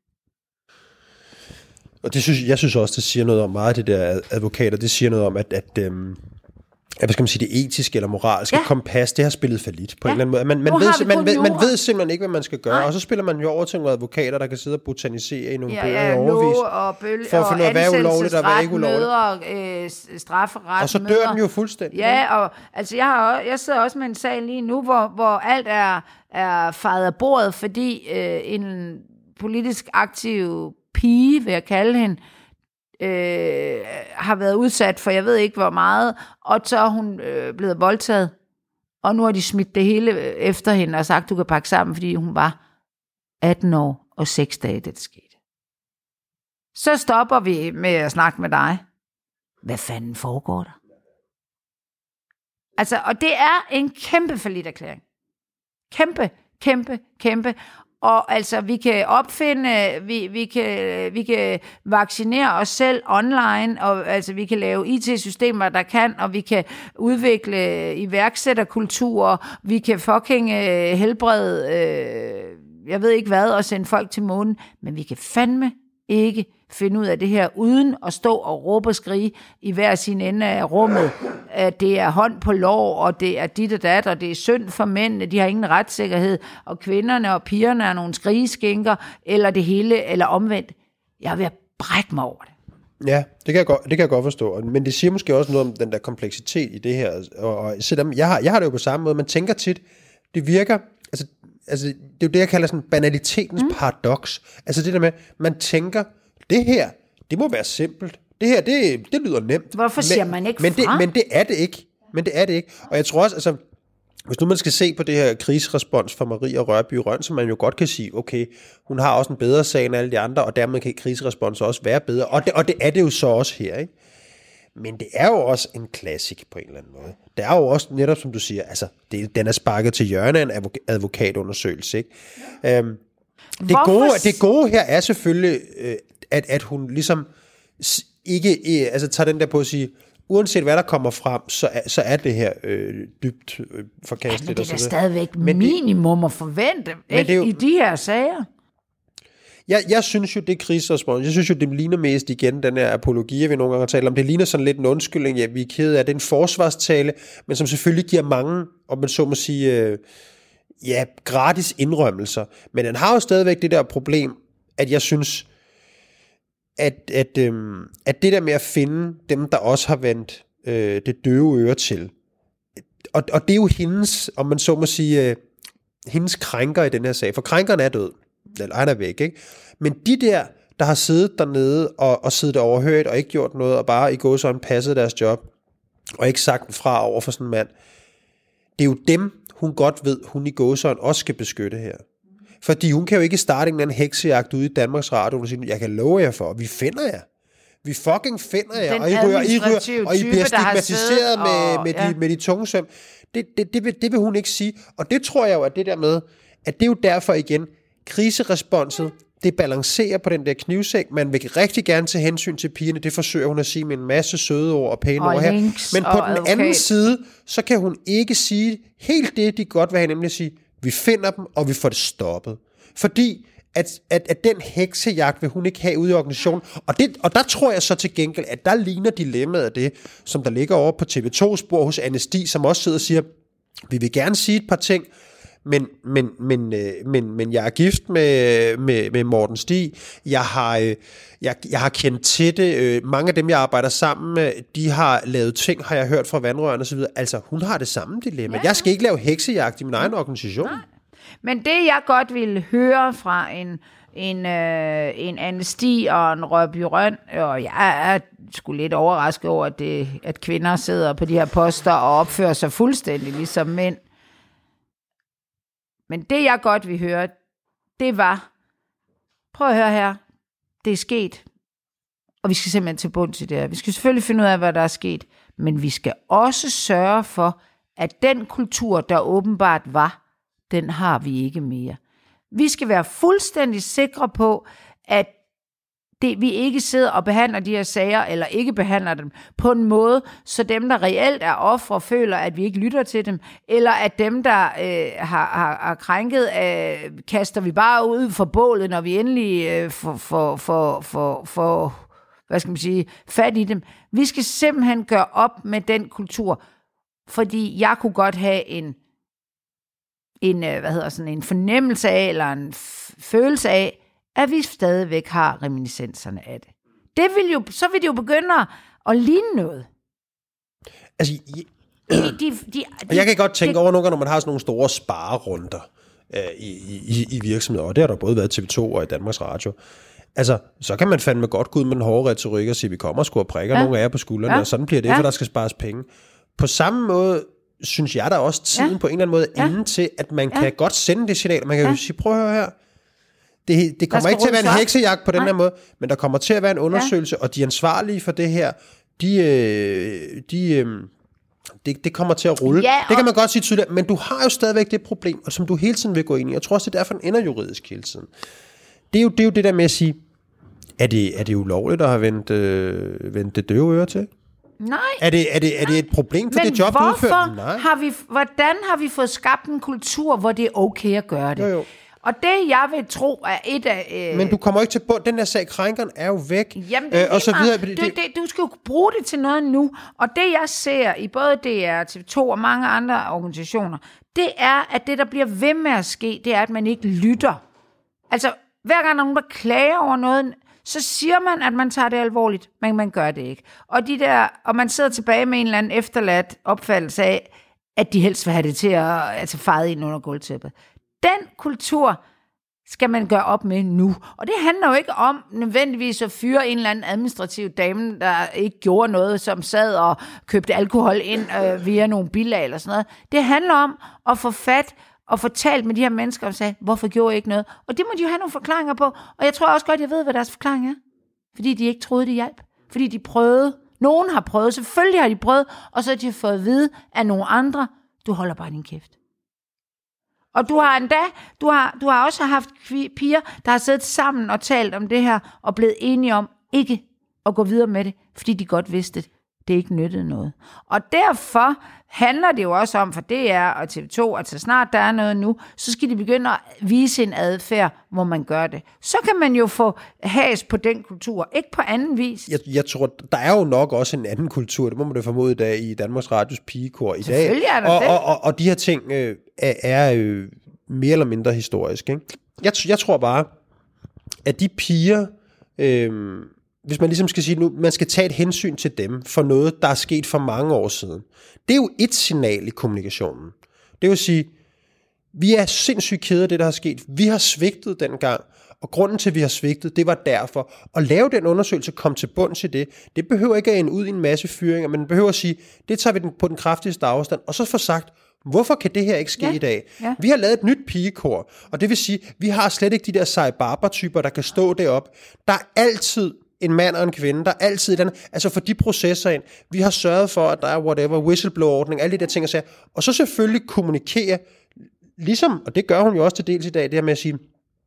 Og det synes, jeg synes også, det siger noget om meget, det der advokater, det siger noget om, at, at, øhm, at hvad skal man sige, det etiske eller moralske ja. kompas, det har spillet fallit på ja. en eller anden måde. Man, man, ved, man, ved, man ved simpelthen ikke, hvad man skal gøre, Nej. og så spiller man jo over til nogle advokater, der kan sidde og botanisere i nogle ja, bøger ja, i overvis, og bøl, for at finde ud af, hvad er ulovligt og hvad er ikke ulovligt. Møder, øh, strafferet, og så dør møder. den jo fuldstændig. Ja, og altså, jeg, har, jeg sidder også med en sag lige nu, hvor, hvor alt er, er faret af bordet, fordi øh, en politisk aktiv pige, vil jeg kalde hende, øh, har været udsat for, jeg ved ikke hvor meget, og så er hun øh, blevet voldtaget, og nu har de smidt det hele efter hende og sagt, du kan pakke sammen, fordi hun var atten år og seks dage, det skete. Så stopper vi med at snakke med dig. Hvad fanden foregår der? Altså, og det er en kæmpe falliterklæring. Kæmpe, kæmpe, kæmpe. Og altså, vi kan opfinde, vi, vi, kan, vi kan vaccinere os selv online, og altså, vi kan lave I T-systemer, der kan, og vi kan udvikle iværksætterkulturer, vi kan fucking øh, helbrede, øh, jeg ved ikke hvad, og sende folk til månen, men vi kan fandme ikke finde ud af det her, uden at stå og råbe og skrige i hver sin ende af rummet, at det er hånd på lår, og det er dit og dat, og det er synd for mændene, de har ingen retssikkerhed, og kvinderne og pigerne er nogle skrigeskinker, eller det hele, eller omvendt. Jeg er ved at brække mig over det. Ja, det kan jeg godt, det kan jeg godt forstå, men det siger måske også noget om den der kompleksitet i det her, og, og selvom jeg har, jeg har det jo på samme måde, man tænker tit, det virker, altså, altså det er jo det, jeg kalder sådan banalitetens mm. paradoks, altså det der med, man tænker, det her, det må være simpelt. Det her, det, det lyder nemt. Hvorfor siger man ikke men fra? Det, men det er det ikke. Men det er det ikke. Og jeg tror også, altså, hvis nu man skal se på det her krigsrespons fra Maria Rørbye Rønn, så man jo godt kan sige, okay, hun har også en bedre sag end alle de andre, og dermed kan krigsrespons også være bedre, og det, og det er det jo så også her, ikke? Men det er jo også en klassik på en eller anden måde. Det er jo også netop, som du siger, altså, det, den er sparket til hjørne af en advokatundersøgelse, ikke? Ja. Øhm, det, gode, det gode her er selvfølgelig, øh, at, at hun ligesom ikke øh, altså, tager den der på at sige, uanset hvad der kommer frem, så er, så er det her øh, dybt øh, forkasteligt. Ja, men det er stadigvæk men minimum at forvente, ikke, jo, i de her sager. Jeg, jeg synes jo, det er krigsrespons. Jeg synes jo, det ligner mest igen den her apologi, vi nogle gange har talt om. Det ligner sådan lidt en undskyldning, ja, vi er kede af. Det er en forsvarstale, men som selvfølgelig giver mange, om man så må sige, øh, ja, gratis indrømmelser. Men den har jo stadigvæk det der problem, at jeg synes, at, at, øh, at det der med at finde dem, der også har vendt øh, det døve øre til, og, og det er jo hendes, om man så må sige, øh, hendes krænker i den her sag, for krænkeren er død. Eller han er væk, ikke? Men de der, der har siddet dernede og, og siddet overhørt og ikke gjort noget, og bare i gåseøjne passet deres job, og ikke sagt fra over for sådan en mand, det er jo dem, hun godt ved, hun i gåseøjne også skal beskytte her. Fordi hun kan jo ikke starte en eller anden heksejagt ude i Danmarks Radio og sige, jeg kan love jer for, vi finder jer. Vi fucking finder jer, og I, ryger, I, ryger, og I bliver stigmatiseret med, og, med, ja. de, med de tunge søm. Det, det, det, vil, det vil hun ikke sige. Og det tror jeg jo, at det der med, at det er jo derfor igen, kriseresponset, det balancerer på den der knivsæk. Man vil rigtig gerne tage hensyn til pigerne. Det forsøger hun at sige med en masse søde ord og pæne og ord her. Men på den advokat. anden side, så kan hun ikke sige helt det, de godt vil have, nemlig at sige, vi finder dem, og vi får det stoppet. Fordi at, at, at den heksejagt vil hun ikke have ude i organisationen. Og, det, og der tror jeg så til gengæld, at der ligner dilemmaet af det, som der ligger over på T V to-spor hos Anne Stig, som også sidder og siger, vi vil gerne sige et par ting, Men, men, men, men, men jeg er gift med, med, med Morten Stig. Jeg har, jeg, jeg har kendt til det. Mange af dem, jeg arbejder sammen med, de har lavet ting, har jeg hørt fra vandrørene osv. Altså, hun har det samme dilemma. Ja. Jeg skal ikke lave heksejagt i min egen organisation. Nej. Men det, jeg godt ville høre fra en, en, øh, en Anne Stig og en Rørbye Rønn, og jeg er sgu lidt overrasket over, at, det, at kvinder sidder på de her poster og opfører sig fuldstændig ligesom mænd. Men det, jeg godt vil høre, det var, prøv at høre her, det er sket, og vi skal simpelthen til bunds i det her. Vi skal selvfølgelig finde ud af, hvad der er sket, men vi skal også sørge for, at den kultur, der åbenbart var, den har vi ikke mere. Vi skal være fuldstændig sikre på, at det, vi ikke sidder og behandler de her sager, eller ikke behandler dem på en måde, så dem, der reelt er ofre, føler, at vi ikke lytter til dem, eller at dem, der øh, har, har, har krænket, øh, kaster vi bare ud for bålet, når vi endelig øh, får, får, får, får, får, hvad skal man sige, fat i dem. Vi skal simpelthen gøre op med den kultur, fordi jeg kunne godt have en, en, hvad hedder sådan, en fornemmelse af, eller en f- følelse af, at vi stadigvæk har reminiscenserne af det. Det vil jo, så vil det jo begynde at ligne noget. Altså, de, de, de, de, jeg kan godt tænke de, over nogle gange, når man har sådan nogle store sparerunder øh, i, i, i virksomheder, og det har der både været T V to og i Danmarks Radio. Altså, så kan man fandme godt gå ud med den hårde retorik og sige, vi kommer og sgu og prikker ja. nogle af jer på skuldrene, ja. og sådan bliver det, ja. for der skal spares penge. På samme måde synes jeg, der er også tiden ja. på en eller anden måde ja. inden til, at man ja. kan godt sende det signal, man kan ja. jo sige, prøv at høre her, Det, det kommer ikke til at være en heksejagt på den her måde, men der kommer til at være en undersøgelse, ja. og de ansvarlige for det her, de, øh, de, øh, det, det kommer til at rulle. Ja, og det kan man godt sige tydeligt, men du har jo stadigvæk det problem, og som du hele tiden vil gå ind i. Jeg tror også, det er derfor, den ender juridisk hele tiden. Det er jo det, er jo det der med at sige, er det, er det ulovligt at have vendt, øh, vendt det døve øre til? Nej. Er det, er det, er det et problem for men det job, du udfører? Nej. Har vi, hvordan har vi fået skabt en kultur, hvor det er okay at gøre det? Jo, jo. Og det, jeg vil tro, er et af... Øh... Men du kommer ikke til bund. Den der sag, krænkeren er jo væk. Jamen, det er øh, og så videre. Det, det, du skal jo bruge det til noget nu. Og det, jeg ser i både D R, T V to og mange andre organisationer, det er, at det, der bliver ved med at ske, det er, at man ikke lytter. Altså, hver gang der er nogen, der klager over noget, så siger man, at man tager det alvorligt, men man gør det ikke. Og, de der, og man sidder tilbage med en eller anden efterladt opfattelse af, at de helst vil have det til at altså, fade ind under gulvtæppet. Den kultur skal man gøre op med nu. Og det handler jo ikke om nødvendigvis at fyre en eller anden administrativ dame, der ikke gjorde noget, som sad og købte alkohol ind øh, via nogle bilag eller sådan noget. Det handler om at få fat og få talt med de her mennesker og sige, hvorfor gjorde I ikke noget? Og det må de jo have nogle forklaringer på. Og jeg tror også godt, jeg ved, hvad deres forklaring er. Fordi de ikke troede, det hjalp. Fordi de prøvede. Nogen har prøvet. Selvfølgelig har de prøvet. Og så har de fået at vide af nogle andre, du holder bare din kæft. Og du har endda, du har, du har også haft piger, der har siddet sammen og talt om det her, og blevet enige om ikke at gå videre med det, fordi de godt vidste, det ikke nyttede noget. Og derfor handler det jo også om, for D R og T V to, at så snart der er noget nu, så skal de begynde at vise en adfærd, hvor man gør det. Så kan man jo få has på den kultur, ikke på anden vis. Jeg, jeg tror, der er jo nok også en anden kultur, det må man da formode i dag i Danmarks Radios pigekor i dag. Er der og, det. Og, og, og de her ting øh, er, er øh, mere eller mindre historiske. Ikke? Jeg, jeg tror bare, at de piger... Øh, hvis man ligesom skal sige nu, man skal tage et hensyn til dem for noget, der er sket for mange år siden. Det er jo et signal i kommunikationen. Det vil sige, vi er sindssygt kede af det, der har sket. Vi har svigtet dengang, og grunden til, at vi har svigtet, det var derfor. At lave den undersøgelse, kom til bunds i det, det behøver ikke at ende ud i en masse fyringer, men det behøver at sige, det tager vi den på den kraftigste afstand, og så få sagt, hvorfor kan det her ikke ske ja, i dag? Ja. Vi har lavet et nyt pigekor, og det vil sige, vi har slet ikke de der sej-barber-typer, der kan stå derop. Der er altid en mand og en kvinde, der er altid den, altså for de processer ind. Vi har sørget for, at der er whatever, whistleblower-ordning, alle de der ting og sager. Og så selvfølgelig kommunikere, ligesom, og det gør hun jo også til dels i dag, det her med at sige,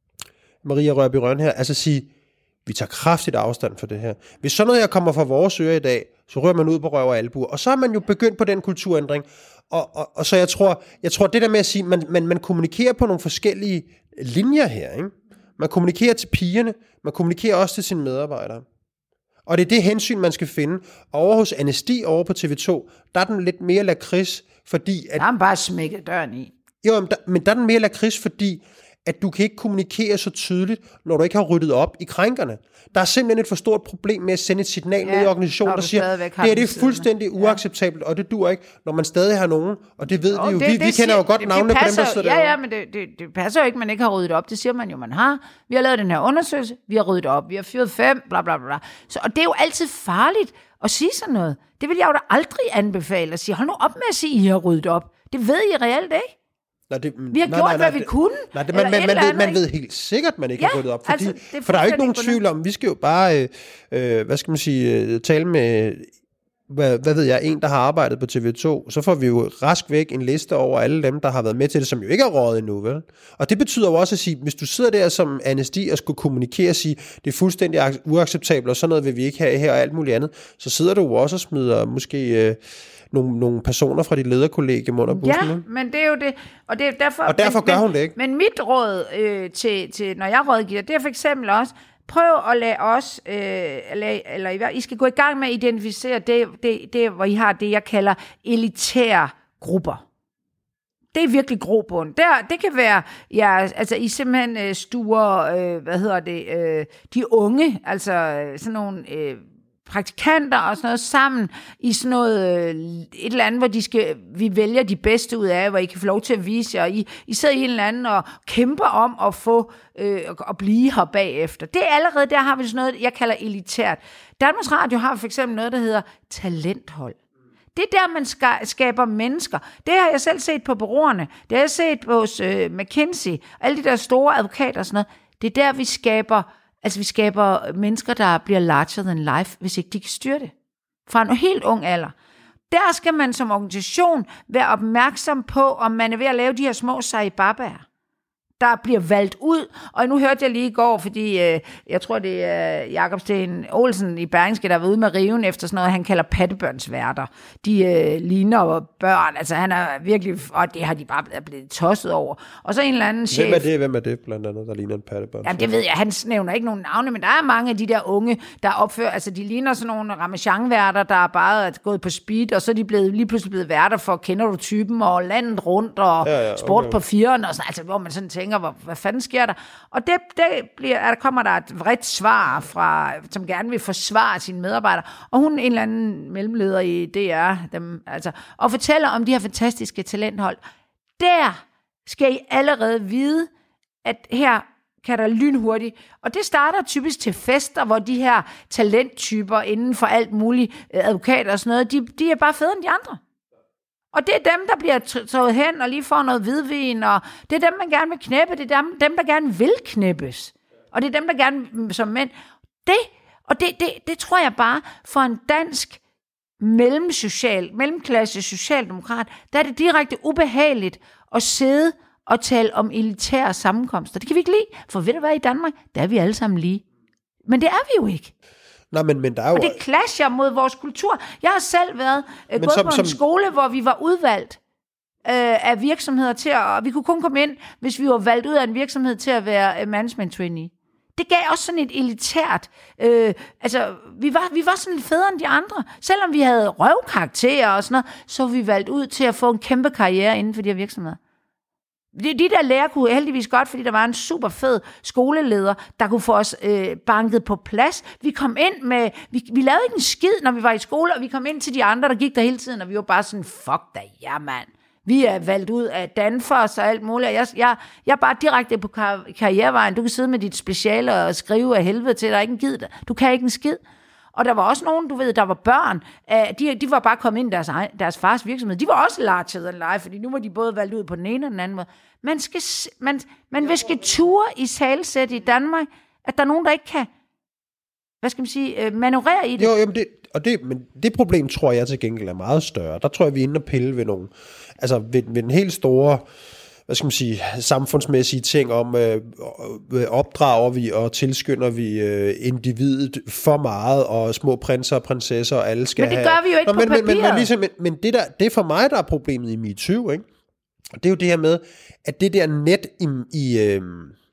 Maria Rørby Rønn her, altså sige, vi tager kraftigt afstand for det her. Hvis sådan noget her kommer fra vores ører i dag, så rører man ud på røv og albuer, og så er man jo begyndt på den kulturændring. Og, og, og så jeg tror, jeg tror det der med at sige, man, man, man kommunikerer på nogle forskellige linjer her, ikke? Man kommunikerer til pigerne, man kommunikerer også til sine medarbejdere. Og det er det hensyn, man skal finde. Over hos Anesti over på T V to, der er den lidt mere lakrids, fordi... At, der er bare smækket døren i. Jo, men der, men der er den mere lakrids, fordi at du kan ikke kommunikere så tydeligt, når du ikke har ryddet op i krænkerne. Der er simpelthen et for stort problem med at sende et signal ja, ned i organisationen, der siger, det er det fuldstændig uacceptabelt, ja. Og det dur ikke, når man stadig har nogen, og det ved jo, vi jo. Det, vi, det vi kender jo godt det, navnene det passer, på dem, der sidder ja, ja, men det, det, det passer jo ikke, man ikke har ryddet op. Det siger man jo, man har. Vi har lavet den her undersøgelse, vi har ryddet op, vi har fyret fem, bla bla bla. Så, og det er jo altid farligt at sige sådan noget. Det vil jeg jo da aldrig anbefale at sige. Hold nu op med at sige, at I har ryddet op. Det ved I reelt ikke. Nej, det, vi har nej, gjort, nej, nej, hvad vi det, kunne. Nej, det, man, man, man, ved, man ved helt sikkert, man ikke ja, har ryddet op. Fordi, altså, for der er jo ikke nogen tvivl om, vi skal jo bare, øh, øh, hvad skal man sige, øh, tale med, hvad, hvad ved jeg, en, der har arbejdet på T V to, så får vi jo rask væk en liste over alle dem, der har været med til det, som jo ikke er røget endnu, vel? Og det betyder jo også at sige, hvis du sidder der som Anesti og skulle kommunikere og sige, det er fuldstændig uacceptabelt, og sådan noget vil vi ikke have her og alt muligt andet, så sidder du jo også og smider måske... Øh, Nogle, nogle personer fra dit lederkollegium under bussen. Ja, men det er jo det. Og, det er derfor, og derfor men, gør hun det ikke. Men mit råd, øh, til, til, når jeg rådgiver, det er for eksempel også, prøv at lade os, øh, lade, eller I skal gå i gang med at identificere det, det, det, hvor I har det, jeg kalder elitære grupper. Det er virkelig grobund. Der, det kan være, ja, altså I simpelthen øh, stuer, øh, hvad hedder det, øh, de unge, altså sådan nogle... Øh, praktikanter og sådan noget sammen i sådan noget, et eller andet, hvor de skal, vi vælger de bedste ud af, hvor I kan få lov til at vise jer, og I, I sidder i en eller anden og kæmper om at få, øh, at blive her bagefter. Det er allerede, der har vi sådan noget, jeg kalder elitært. Danmarks Radio har for eksempel noget, der hedder talenthold. Det er der, man ska- skaber mennesker. Det har jeg selv set på bureauerne. Det har jeg set hos øh, McKinsey, alle de der store advokater og sådan noget. Det er der, vi skaber Altså, vi skaber mennesker, der bliver larger than life, hvis ikke de kan styre det. Fra en helt ung alder. Der skal man som organisation være opmærksom på, om man er ved at lave de her små saibabaer, der bliver valgt ud. Og nu hørte jeg lige i går, fordi øh, jeg tror, det er Jakob Sten Olsen i Berlingske, der var ude med riven efter sådan noget, han kalder pattebørnsværter. De øh, ligner børn, altså han er virkelig, og det har de bare blevet, blevet tosset over. Og så en eller anden chef. Hvem er det, hvem er det blandt andet, der ligner en pattebørn? Jamen det ved jeg, han nævner ikke nogen navne, men der er mange af de der unge, der opfører, altså de ligner sådan nogle ramachan-værter, der er bare gået på speed, og så er de blevet, lige pludselig blevet værter for, kender du typen, og landet rundt, og ja, ja, okay. Sport på firen, og sådan, altså hvor man sådan tænker, Hvad, hvad fanden sker der? Og det, det bliver, der kommer der et vredt svar fra, som gerne vil forsvare sine medarbejdere, og hun er en eller anden mellemleder i D R, dem, altså, og fortæller om de her fantastiske talenthold. Der skal I allerede vide, at her, kan der lynhurtigt. Og det starter typisk til fester, hvor de her talenttyper inden for alt muligt, advokater og sådan noget, de, de er bare federe end de andre. Og det er dem, der bliver taget hen og lige får noget hvidvin, og det er dem, man gerne vil knæppe, det er dem, dem der gerne vil knæppes. Og det er dem, der gerne som mænd. Det, og det, det, det tror jeg bare, for en dansk mellemsocial, mellemklasse socialdemokrat, der er det direkte ubehageligt at sidde og tale om elitære sammenkomster. Det kan vi ikke lide, for ved du hvad, i Danmark, der er vi alle sammen lige. Men det er vi jo ikke. Nej, men, men der er jo... Og det clasher mod vores kultur. Jeg har selv været uh, gået som, på en som... skole, hvor vi var udvalgt uh, af virksomheder til at... Og vi kunne kun komme ind, hvis vi var valgt ud af en virksomhed til at være uh, management trainee. Det gav også sådan et elitært... Øh, altså, vi var, vi var sådan lidt federe end de andre. Selvom vi havde røvkarakterer og sådan noget, så var vi valgt ud til at få en kæmpe karriere inden for de her virksomheder. De, de der lærer kunne heldigvis godt, fordi der var en super fed skoleleder, der kunne få os øh, banket på plads. Vi kom ind med... Vi, vi lavede ikke en skid, når vi var i skole, og vi kom ind til de andre, der gik der hele tiden, og vi var bare sådan, fuck da, ja mand. Vi er valgt ud af Danfoss og alt muligt. Jeg, jeg, jeg er bare direkte på kar- karrierevejen. Du kan sidde med dit speciale og skrive af helvede til, der er ikke en gid. Du kan ikke en skid. Og der var også nogen, du ved, der var børn. De, de var bare kommet ind i deres, deres fars virksomhed. De var også larger than life, fordi nu var de både valgt ud på den ene og den anden måde. Man skal, man, man vil skal ture i salsæt i Danmark, at der er nogen, der ikke kan, hvad skal man sige, manøvrere i det. Jo, jamen det, og det, men det problem tror jeg til gengæld er meget større. Der tror jeg, vi er inde og pille ved nogle, altså ved, ved den helt store, hvad skal man sige, samfundsmæssige ting om, øh, opdrager vi og tilskynder vi øh, individet for meget, og små prinser og prinsesser, og alle skal have... Men det gør vi jo ikke. Nå, på men, papiret. Men, men, men, ligesom, men, men det, der, det er for mig, der er problemet i MeToo, ikke? Og det er jo det her med, at det der net i... i øh,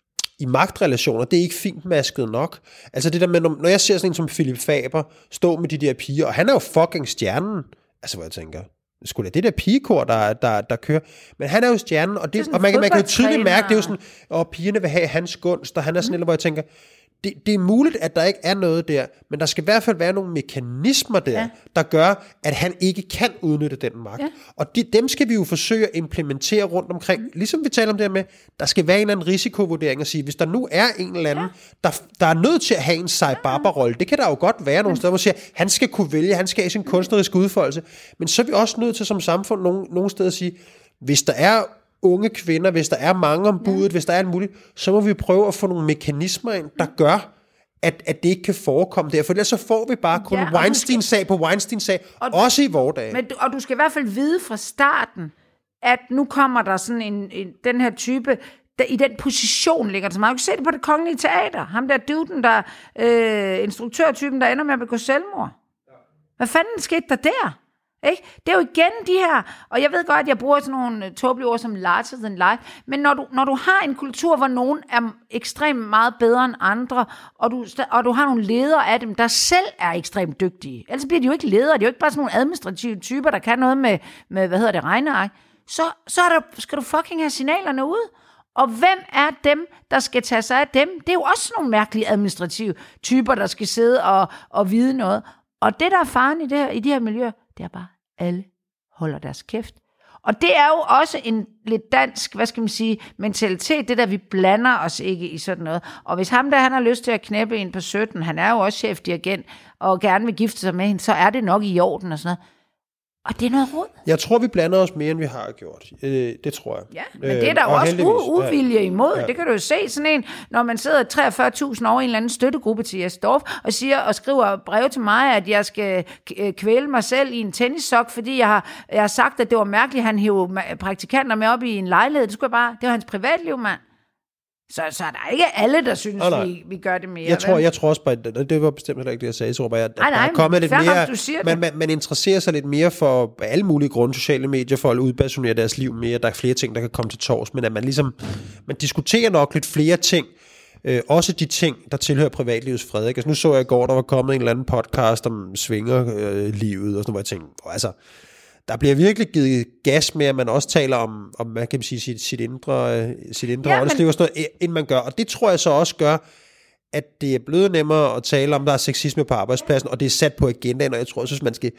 i magtrelationer, det er ikke fint masket nok. Altså det der med, når jeg ser sådan en som Philip Faber stå med de der piger, og han er jo fucking stjernen. Altså hvor jeg tænker, sgu da det der pigekor, der, der, der kører. Men han er jo stjernen, og, det, det og man, man kan jo tydeligt mærke, det er jo sådan, og pigerne vil have hans gunst, og han er sådan, mm. eller hvor jeg tænker, det, det er muligt, at der ikke er noget der, men der skal i hvert fald være nogle mekanismer der, ja. der gør, at han ikke kan udnytte den magt. Ja. Og de, dem skal vi jo forsøge at implementere rundt omkring. Mm. Ligesom vi taler om det her med, der skal være en eller anden risikovurdering at sige, hvis der nu er en eller anden, ja. der, der er nødt til at have en Sai-Baba-rolle, det kan der jo godt være nogle steder, hvor man siger, han skal kunne vælge, han skal have sin kunstneriske udfoldelse, men så er vi også nødt til som samfund nogle, nogle steder at sige, hvis der er unge kvinder, hvis der er mange om budet, ja. hvis der er en mulighed, så må vi prøve at få nogle mekanismer ind, der gør, at, at det ikke kan forekomme der. For ellers så får vi bare kun ja, Weinstein-sag på Weinstein-sag, og, også i vore dage. Men, og du skal i hvert fald vide fra starten, at nu kommer der sådan en, en den her type, der, i den position ligger det så meget. Du kan se det på Det Kongelige Teater. Ham der duden, der øh, instruktørtypen, der ender med at begå selvmord. Hvad fanden skete der der? Ikke? Det er jo igen de her, og jeg ved godt, at jeg bruger sådan nogle tåbelige ord som larger than life, men når du, når du har en kultur, hvor nogen er ekstremt meget bedre end andre, og du, og du har nogle ledere af dem, der selv er ekstremt dygtige, ellers bliver de jo ikke ledere, de er jo ikke bare sådan nogle administrative typer, der kan noget med, med hvad hedder det, regneark, så, så er der, skal du fucking have signalerne ud. Og hvem er dem, der skal tage sig af dem? Det er jo også nogle mærkelige administrative typer, der skal sidde og, og vide noget. Og det, der er faren i, det her, i de her miljøer, det er bare, alle holder deres kæft. Og det er jo også en lidt dansk, hvad skal man sige, mentalitet, det der, vi blander os ikke i sådan noget. Og hvis ham der, han har lyst til at knæppe en på sytten, han er jo også chefdirigent, og gerne vil gifte sig med hende, så er det nok i orden og sådan noget. Og det er noget råd. Jeg tror, vi blander os mere, end vi har gjort. Øh, det tror jeg. Ja, men det er der jo også u- uvilje imod. Ja. Det kan du jo se sådan en, når man sidder treogfyrre tusind over en eller anden støttegruppe til Jes Dorf, og siger og skriver brev til mig, at jeg skal kvæle mig selv i en tennissok, fordi jeg har, jeg har sagt, at det var mærkeligt, at han hævde praktikanter med op i en lejlighed. Det, skulle bare, det var hans privatliv, mand. Så, så er der ikke alle, der synes, oh, vi, vi gør det mere. Jeg tror, jeg tror også bare, det var bestemt heller ikke det, jeg sagde. Jeg tror bare, at nej, nej, der er kommet lidt mere... Man, man, man interesserer sig lidt mere for alle mulige grunde, sociale medier, for at udpersonere deres liv mere. Der er flere ting, der kan komme til tors, men at man ligesom... Man diskuterer nok lidt flere ting. Øh, også de ting, der tilhører privatlivets fred. Ikke? Altså, nu så jeg i går, der var kommet en eller anden podcast om svingerlivet, øh, og sådan, hvor jeg tænkte, altså... Der bliver virkelig givet gas med, at man også taler om, om man kan sige, sit, sit indre, sit indre ja, åndsliv og sådan noget, end man gør. Og det tror jeg så også gør, at det er blevet nemmere at tale om, der er sexisme på arbejdspladsen, og det er sat på agendaen, og jeg tror også, at man skal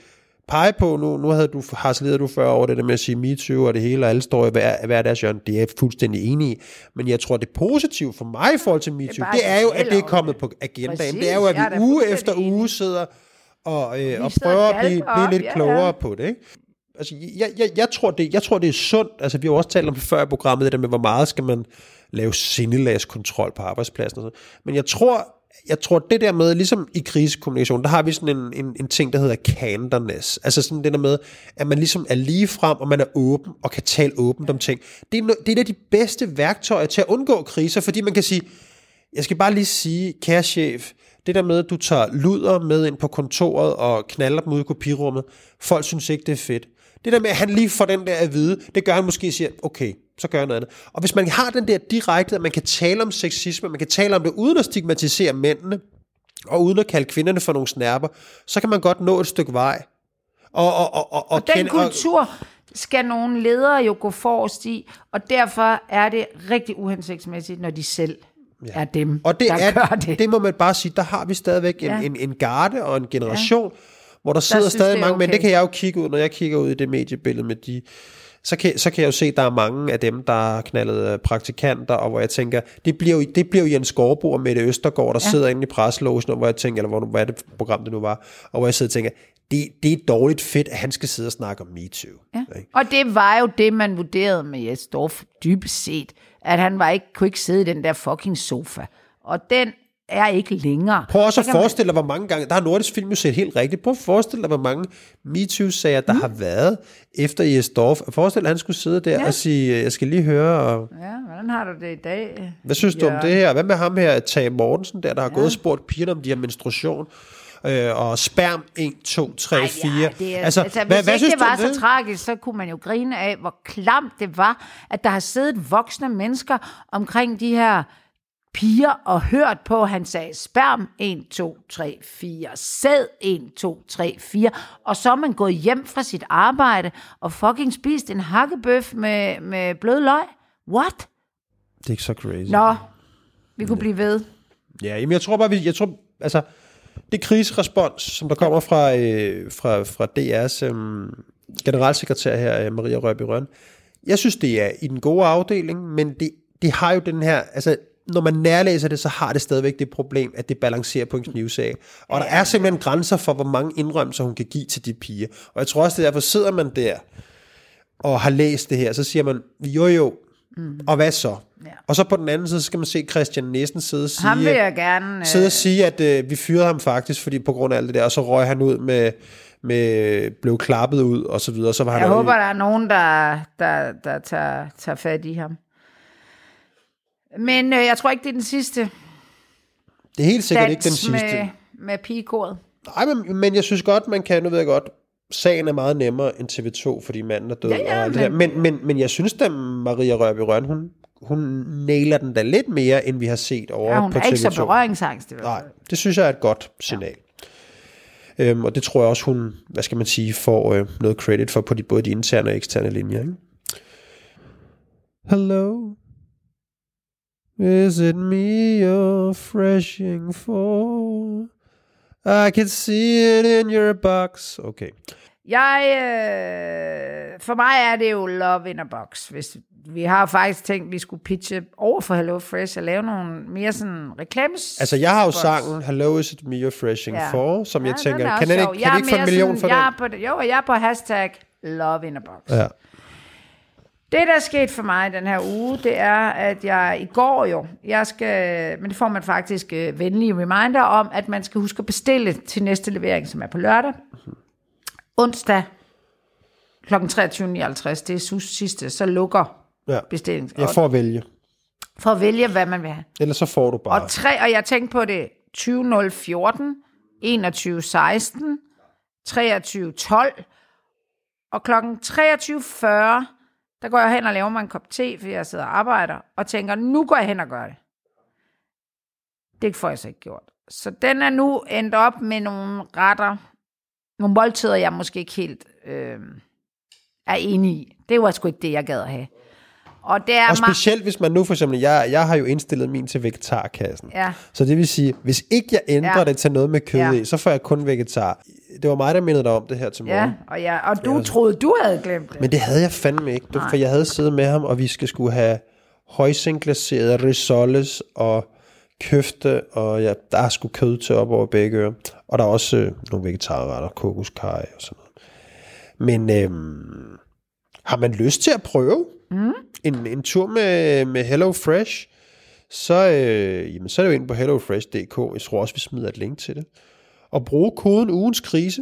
pege på, nu, nu havde du harceleret du før over det der med at sige MeToo og det hele, og alle står i hver, hver deres hjørne. Det er jeg fuldstændig enig i. Men jeg tror, det positive for mig i forhold til MeToo, det, det er jo, at det er kommet på agendaen. Præcis, det er jo, at vi uge efter uge sidder og, øh, og prøver at blive, blive lidt klogere ja, ja. på det, ikke? Altså, jeg, jeg, jeg, tror, det, jeg tror, det er sundt. Altså, vi har jo også talt om det før i programmet, det der med, hvor meget skal man lave sindelagskontrol på arbejdspladsen og sådan. Men jeg tror, jeg tror, det der med, ligesom i krisekommunikation, der har vi sådan en, en, en ting, der hedder candorness. Altså sådan det der med, at man ligesom er lige frem, og man er åben, og kan tale åbent om ting. Det er, det er et af de bedste værktøjer til at undgå kriser, fordi man kan sige, jeg skal bare lige sige, kære chef, det der med, at du tager luder med ind på kontoret og knaller dem ud i kopirummet, folk synes ikke, det er fedt. Det der med, at han lige får den der at vide, det gør han måske siger, okay, så gør jeg noget andet. Og hvis man har den der direkte, at man kan tale om sexisme, man kan tale om det uden at stigmatisere mændene, og uden at kalde kvinderne for nogle snærper, så kan man godt nå et stykke vej. Og, og, og, og, og den kende, kultur skal nogle ledere jo gå forrest i, og derfor er det rigtig uhensigtsmæssigt, når de selv ja. er dem, og det der er, gør det. Det må man bare sige, der har vi stadigvæk ja. en, en, en garde og en generation, ja. hvor der sidder der stadig mange, okay. men det kan jeg jo kigge ud, når jeg kigger ud i det mediebillede med de, så kan, så kan jeg jo se, at der er mange af dem, der har knaldet praktikanter, og hvor jeg tænker, det bliver jo, det bliver jo Jens Skovbo og Mette Østergaard, der ja. sidder inde i presselogen, hvor jeg tænker, eller hvor, hvad er det program, det nu var, og hvor jeg sidder og tænker, det, det er dårligt fedt, at han skal sidde og snakke om MeToo. Ja. Og det var jo det, man vurderede med Jes Dorph dybest set, at han var ikke, kunne ikke sidde i den der fucking sofa. Og den er ikke længere. Prøv også at forestille dig, hvor mange gange, der har Nordisk Film jo set helt rigtigt, prøv at forestille dig, hvor mange MeToo-sager, der mm. har været efter Jes Dorph. Forestil dig, at han skulle sidde der ja. og sige, jeg skal lige høre. Og ja, hvordan har du det i dag? Hvad synes ja. du om det her? Hvad med ham her, Tage Mortensen, der, der har ja. gået og spurgt pigerne om de her menstruation? Øh, og sperm en, to, tre, fire. Ja, altså, altså, hvis hvad, hvad ikke det var så det? tragisk, så kunne man jo grine af, hvor klamt det var, at der har siddet voksne mennesker omkring de her piger og hørt på, han sagde sperm en, to, tre, fire, sæd en, to, tre, fire, og så er man gået hjem fra sit arbejde og fucking spist en hakkebøf med, med blød løg. What? Det er ikke så crazy. Nå, vi kunne ja. blive ved. Ja, jamen jeg tror bare, vi, jeg tror, altså, det kriserespons, som der kommer fra, øh, fra, fra D R's øh, generalsekretær her, Maria Rørbye Rønn, jeg synes, det er i den gode afdeling, men det, det har jo den her, altså, når man nærlæser det, så har det stadigvæk det problem, at det balancerer på en knivsag. Og der er simpelthen grænser for, hvor mange indrømmelser hun kan give til de piger. Og jeg tror også, det er derfor sidder man der og har læst det her, så siger man, jo jo, mm. og hvad så? Ja. Og så på den anden side, så skal man se Christian Nielsen sidde og sige, ham vil jeg gerne, sidde og sige at øh, vi fyrede ham faktisk, fordi på grund af alt det der, og så røg han ud med, med blev klappet ud, og så videre. Så var han jeg håber, i, der er nogen, der, der, der tager, tager fat i ham. Men øh, jeg tror ikke, det er den sidste. Det er helt sikkert ikke den sidste. Med, med pigekoret. Nej, men, men jeg synes godt, man kan, nu ved jeg godt, sagen er meget nemmere end T V to, fordi manden er død. Ja, ja, og alt men, det der. Men, men, men jeg synes da, Maria Rørbye Rønn, hun, hun nailer den da lidt mere, end vi har set over ja, på T V to. Hun er ikke så berøringsangst. Nej, det synes jeg er et godt signal. Ja. Øhm, og det tror jeg også, hun, hvad skal man sige, får øh, noget credit for på de, både de interne og eksterne linjer. Ikke? Hello? Is it me you're freshing for? I can see it in your box. Okay. Jeg, øh, for mig er det jo love in a box. Hvis, vi har faktisk tænkt, at vi skulle pitche over for Hello Fresh og lave nogle mere sådan reklames. Altså jeg har jo sangen Hello is it me you're freshing ja. for, som ja, jeg tænker, kan den ikke, kan ikke få en million for jeg den? Er på, jo, jeg er på hashtag love in a box. Ja. Det, der er sket for mig den her uge, det er, at jeg i går jo, jeg skal, men det får man faktisk øh, venlige reminder om, at man skal huske at bestille til næste levering, som er på lørdag. Onsdag klokken treogtyve nioghalvtreds, det er S U S sidste, så lukker ja. bestillingen. Jeg får at vælge. For at vælge, hvad man vil have. Ellers så får du bare. Og, tre, og jeg tænkte på det tyve nul fjorten, enogtyve seksten, treogtyve tolv, og klokken treogtyve fyrre, der går jeg hen og laver mig en kop te, fordi jeg sidder og arbejder, og tænker, nu går jeg hen og gør det. Det får jeg så ikke gjort. Så den er nu endt op med nogle retter, nogle måltider, jeg måske ikke helt øh, er enig i. Det var sgu ikke det, jeg gad at have. Og, det er og specielt hvis man nu for eksempel, jeg, jeg har jo indstillet min til vegetarkassen. Ja. Så det vil sige, hvis ikke jeg ændrer ja. det til noget med kød ja. i, så får jeg kun vegetar. Det var mig, der mindede dig om det her til morgen. Ja, og, ja, og du ja, troede, du havde glemt det. Men det havde jeg fandme ikke, for jeg havde siddet med ham, og vi skal skulle have højsenglaserede rissoles og køfte, og ja, der er sgu kød til op over begge ører. Og der er også øh, nogle vegetarretter, kokoskaj og sådan noget. Men øhm, har man lyst til at prøve mm. en, en tur med, med Hello Fresh, så, øh, jamen, så er det jo inde på hello fresh punktum d k. Jeg tror også, vi smider et link til det. Og bruge koden ugens krise,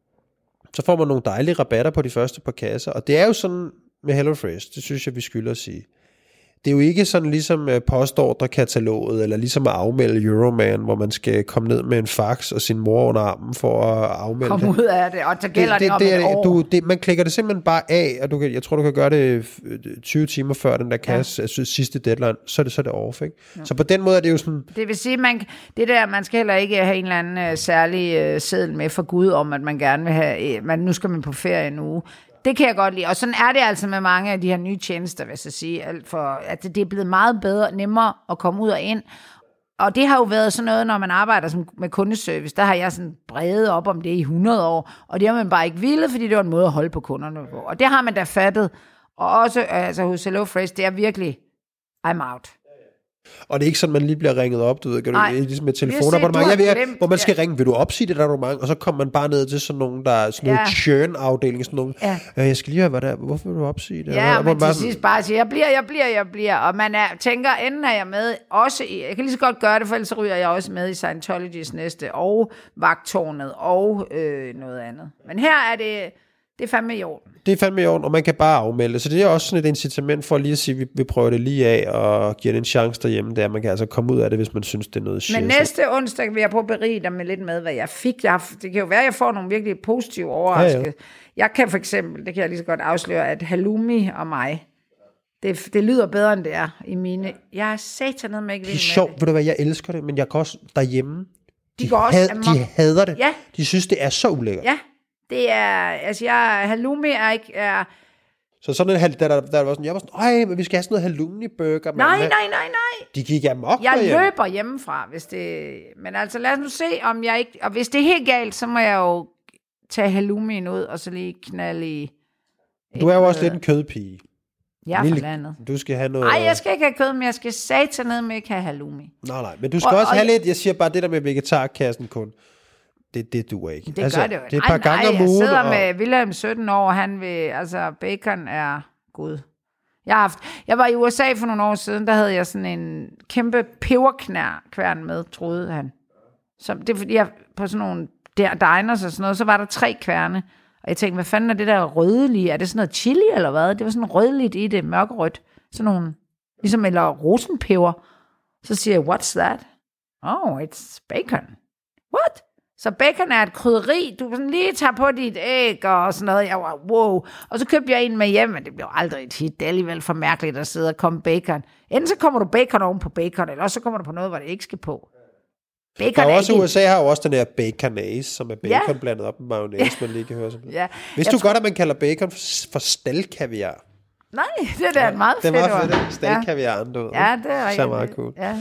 så får man nogle dejlige rabatter på de første par kasser. Og det er jo sådan med Hello Fresh, det synes jeg, vi skylder at sige. Det er jo ikke sådan ligesom postordrekataloget, eller ligesom at afmelde Euroman, hvor man skal komme ned med en fax og sin mor under armen for at afmelde Kom ud af det, og så gælder det, det, det om det, et år. Du, det, man klikker det simpelthen bare af, og du kan, jeg tror, du kan gøre det tyve timer før den der kasse, ja. altså, sidste deadline, så er det, så er det off, ikke? Ja. Så på den måde er det jo sådan... Det vil sige, man, det der, man skal heller ikke have en eller anden uh, særlig uh, seddel med for Gud om, at man gerne vil have, uh, man, nu skal man på ferie en uge. Det kan jeg godt lide, og sådan er det altså med mange af de her nye tjenester, vil jeg sige, alt for, at det er blevet meget bedre, nemmere at komme ud og ind, og det har jo været sådan noget, når man arbejder som, med kundeservice, der har jeg sådan bredet op om det i hundrede år, og det har man bare ikke villet, fordi det var en måde at holde på kunderne på, og det har man da fattet, og også altså, hos Hello Fresh, det er virkelig, I'm out. Og det er ikke sådan, man lige bliver ringet op, du ved, kan du, ligesom med telefonabonnement, jeg ved, hvor man skal ja. ringe, vil du opsige det abonnement, og så kommer man bare ned til sådan nogen, der er sådan ja. noget churn-afdeling, sådan nogen, ja. jeg skal lige høre, hvad der er, hvorfor vil du opsige det? Ja, og men bare til sidst bare siger, jeg bliver, jeg bliver, jeg bliver, og man er, tænker, enden er jeg med, også i, jeg kan lige så godt gøre det, for ellers ryger jeg også med i Scientologys næste, og Vagttårnet, og øh, noget andet. Men her er det... Det er fandme i orden. Det er fandme i orden, og man kan bare afmelde. Så det er også sådan et incitament for at lige at sige, at vi, vi prøver det lige af, og giver det en chance derhjemme, der man kan altså komme ud af det, hvis man synes, det er noget shit. Men næste onsdag vil jeg prøve at berige dig med lidt med, hvad jeg fik. Jeg, det kan jo være, at jeg får nogle virkelig positive overraskelser. Ja, ja. Jeg kan for eksempel, det kan jeg lige så godt afsløre, at halloumi og mig, det, det lyder bedre, end det er i mine. Jeg er satanet med ikke vild med det. Det er sjovt, ved du hvad, jeg elsker det, men jeg kan også derhjemme, de, de, går også had, de hader det. Ja. De synes, det er så ulækkert. Ja. Det er, altså jeg, halloumi er ikke, er... Så sådan en, der, der, der var sådan, jeg var sådan, ej, men vi skal have sådan noget halloumi-burger. Nej, nej, nej, nej. De gik amok Jeg derhjemme. løber hjemmefra, hvis det... Men altså, lad os nu se, om jeg ikke... Og hvis det er helt galt, så må jeg jo tage halloumien ud, og så lige knalde i... Du er jo også lidt en kødpige. Jeg er for landet. Du skal have noget... Nej, jeg skal ikke have kød, men jeg skal satanede med ikke have halloumi. Nej, nej, men du skal og, også og, have lidt... Jeg siger bare det der med vegetarkassen kun. Det, det duer ikke. Det altså, gør det jo. Det er et par nej, gange nej, om ugen. Jeg sidder og... med Wilhelm sytten år, han vil, altså bacon er god. Jeg har haft, jeg var i U S A for nogle år siden, der havde jeg sådan en kæmpe peberkværn med, troede han. Så det er fordi, jeg på sådan nogle der diners og sådan noget, så var der tre kværne. Og jeg tænkte, hvad fanden er det der rødlige? Er det sådan noget chili eller hvad? Det var sådan rødligt i det, mørkerødt. Sådan nogle, ligesom eller rosenpeber. Så siger jeg, what's that? Oh, it's bacon. What? Så bacon er et krydderi, du kan lige tage på dit æg og sådan noget. Jeg var, wow. Og så købte jeg en med hjem, men det blev aldrig et hit. Det er alligevel for mærkeligt at sidde og komme bacon. Enten så kommer du bacon oven på bacon, eller så kommer du på noget, hvor det ikke skal på. Bacon der er også, ikke... U S A har jo også den her baconaise, som er bacon ja. blandet op med mayonnaise, ja. man lige kan høre sådan. Ja. Vidste du tror... godt, at man kalder bacon for staldkaviar? Nej, det er da ja. meget fedt. Det er meget fedt, staldkaviaren, du ved. Ja, det er rigtig. Så meget cool. Ja.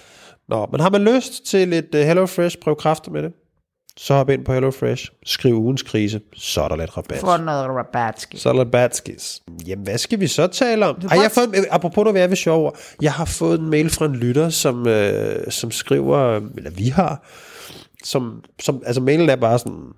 Nå, men har man lyst til lidt uh, Hello Fresh, prøv kræfter med det, så hop ind på Hello Fresh, skriv ugens krise, så er der lidt rabat. For noget rabatski. Så er der rabatskis. Jamen, hvad skal vi så tale om? Ej, jeg har fået, apropos noget, hvad jeg vil sjov over. Jeg har fået en mail fra en lytter, som, øh, som skriver, eller vi har, som, som, altså mailen er bare sådan,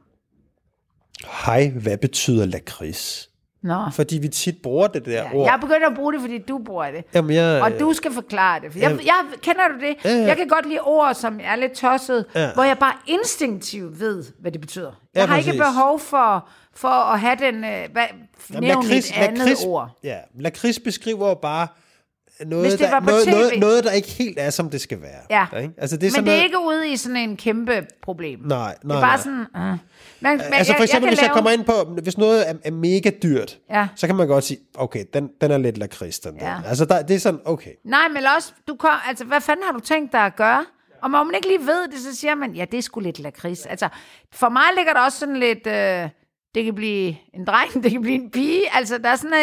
hej, hvad betyder lakrids? Nå. Fordi vi tit bruger det der ja, ord. Jeg begynder at bruge det, fordi du bruger det. Jamen, jeg, og du skal forklare det. For jeg, jeg, kender du det? Ja, ja. Jeg kan godt lide ord, som er lidt tosset, ja. hvor jeg bare instinktivt ved, hvad det betyder. Jeg ja, har præcis. ikke behov for, for at have den, øh, hvad, nævne et andet lakrids, ord. Ja, lakrids beskriver jo bare noget der, noget, noget, noget, der ikke helt er, som det skal være. Ja. Ikke? Altså, det er men det er noget... ikke ude i sådan en kæmpe problem. Nej, nej, det er bare nej. sådan... Uh. Men, men altså for eksempel, jeg, jeg hvis jeg lave... kommer ind på, hvis noget er, er mega dyrt, ja. så kan man godt sige, okay, den, den er lidt lakrids, den ja. der. Altså, der, det er sådan, okay. Nej, men også, du kom, altså, hvad fanden har du tænkt dig at gøre? Og når man ikke lige ved det, så siger man, ja, det er sgu lidt lakrids. Altså, for mig ligger der også sådan lidt... Øh, det kan blive en dreng, det kan blive en pige. Altså, der er sådan en...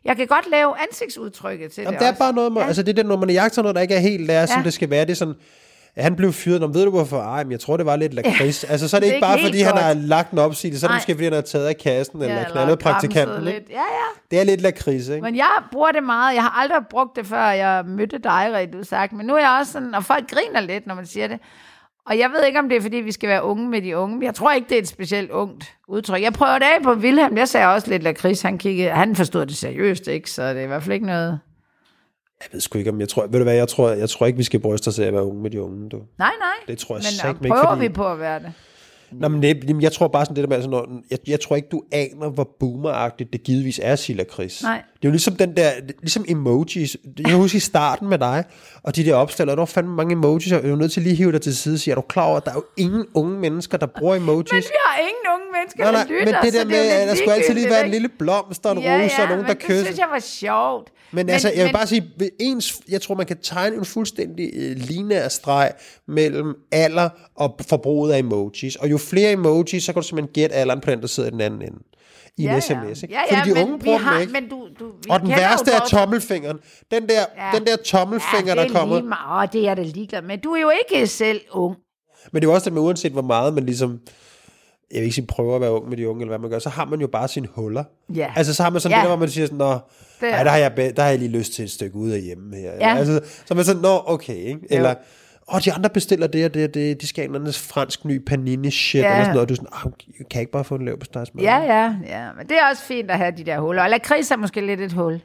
Jeg kan godt lave ansigtsudtrykket til Jamen, det det er også. bare noget, man, ja. altså det er det, når man jagter noget, der ikke er helt der, ja. som det skal være. Det er sådan, han blev fyret, når ved du hvorfor? Ej, men jeg tror, det var lidt lakrids. Ja. Altså, så er det, det er ikke bare, fordi godt. han har lagt en opsigelse, så er det måske, fordi han har taget af kassen, eller ja, knaldet praktikanten. Lidt. Ja, ja. Det er lidt lakrids, ikke? Men jeg bruger det meget. Jeg har aldrig brugt det, før jeg mødte dig, rent udsagt. Men nu er jeg også sådan, og folk griner lidt, når man siger det. Og jeg ved ikke, om det er, fordi vi skal være unge med de unge. Men jeg tror ikke, det er et specielt ungt udtryk. Jeg prøver det af på Wilhelm. Jeg sagde også lidt lakrids. Han kiggede, han forstod det seriøst, ikke? Så det er i hvert fald ikke noget... Jeg ved sgu ikke, om jeg tror... Ved du hvad, jeg tror, jeg tror ikke, vi skal bryste os af at være unge med de unge, du. Nej, nej. Det tror jeg men ikke, prøver fordi... vi på at være det? Nå, men det, jeg tror bare sådan det der med, altså, når, jeg, jeg tror ikke, du aner, hvor boomeragtigt det givetvis er, Silla Chris. Nej. Det er jo ligesom den der, ligesom emojis. Jeg husker i starten med dig, og de der opstiller, der var fandme mange emojis, og jeg er jo nødt til lige at hive dig til side og sige, er du klar over, at der er jo ingen unge mennesker, der bruger emojis? Men vi har ingen unge mennesker, nej, nej, der lytter, men det der med, at der skulle altid lige være en lille blomst og en ja, rose ja, og nogen, der kysser. det synes jeg var sjovt. Men, men altså, jeg vil men, bare sige, ens, jeg tror, man kan tegne en fuldstændig uh, lineær streg mellem alder og forbruget af emojis. Og jo flere emojis, så kan du simpelthen gætte alderen på den, der sidder i den anden ende. I ja, en sms, ikke? Ja, ja, fordi de unge bruger dem ikke. Men du, du, og den værste er tommelfingeren. Den der, ja. den der tommelfinger, ja, der kommer. Åh, det er det ligeglad med. Du er jo ikke selv ung. Men det er også det med, uanset hvor meget man ligesom... jeg vil ikke sige prøver at være ung med de unge, eller hvad man gør, så har man jo bare sine huller. Ja. Altså så har man sådan ja. det, hvor man siger sådan, nå, ej, der har, jeg, der har jeg lige lyst til et stykke ud af hjemme her. Ja. Altså, så er man sådan, nå, okay, ikke? Eller, åh, de andre bestiller det og det og det, de skal have en anden fransk ny panini shit, ja. eller sådan noget, og du er sådan, åh, kan jeg ikke bare få en lav på stegsmad? Ja, ja, ja, men det er også fint at have de der huller, og lakrids er måske lidt et hul.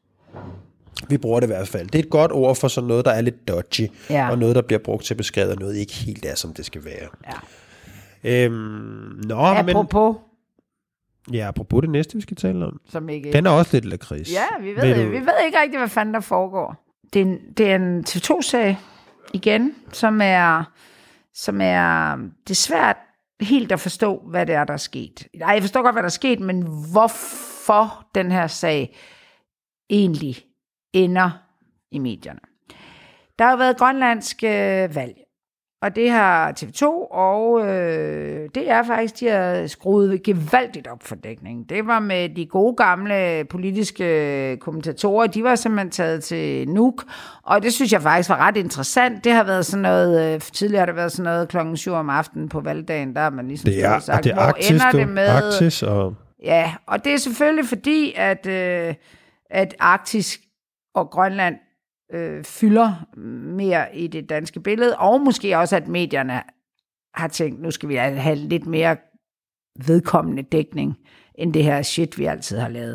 Vi bruger det i hvert fald. Det er et godt ord for sådan noget, der er lidt dodgy, ja. og noget, der bliver brugt til at beskrive, noget ikke helt er, som det skal være. Ja. Øhm, nå, apropos. Men, ja, apropos det næste, vi skal tale om. Som ikke... Den er også lidt lakrids. Ja, vi ved, ved vi ved ikke rigtig, hvad fanden der foregår. Det er en, det er en T V to-serie, igen, som er, som er... Det er svært helt at forstå, hvad det er, der er sket. Nej, jeg forstår godt, hvad der er sket, men hvorfor den her sag egentlig ender i medierne. Der har jo været grønlandsk øh, valg. Og det har T V to, og øh, det er faktisk, de har skruet gevaldigt op for dækningen. Det var med de gode gamle politiske kommentatorer, de var simpelthen taget til Nuuk, og det synes jeg faktisk var ret interessant. Det har været sådan noget, øh, tidligere har det været sådan noget klokken syv om aftenen på valgdagen, der har man ligesom det er, sagt, det er hvor Arktis, ender du, det med... Arktis og... Ja, og det er selvfølgelig fordi, at, øh, at Arktis og Grønland Øh, fylder mere i det danske billede, og måske også, at medierne har tænkt, nu skal vi have lidt mere vedkommende dækning, end det her shit, vi altid har lavet.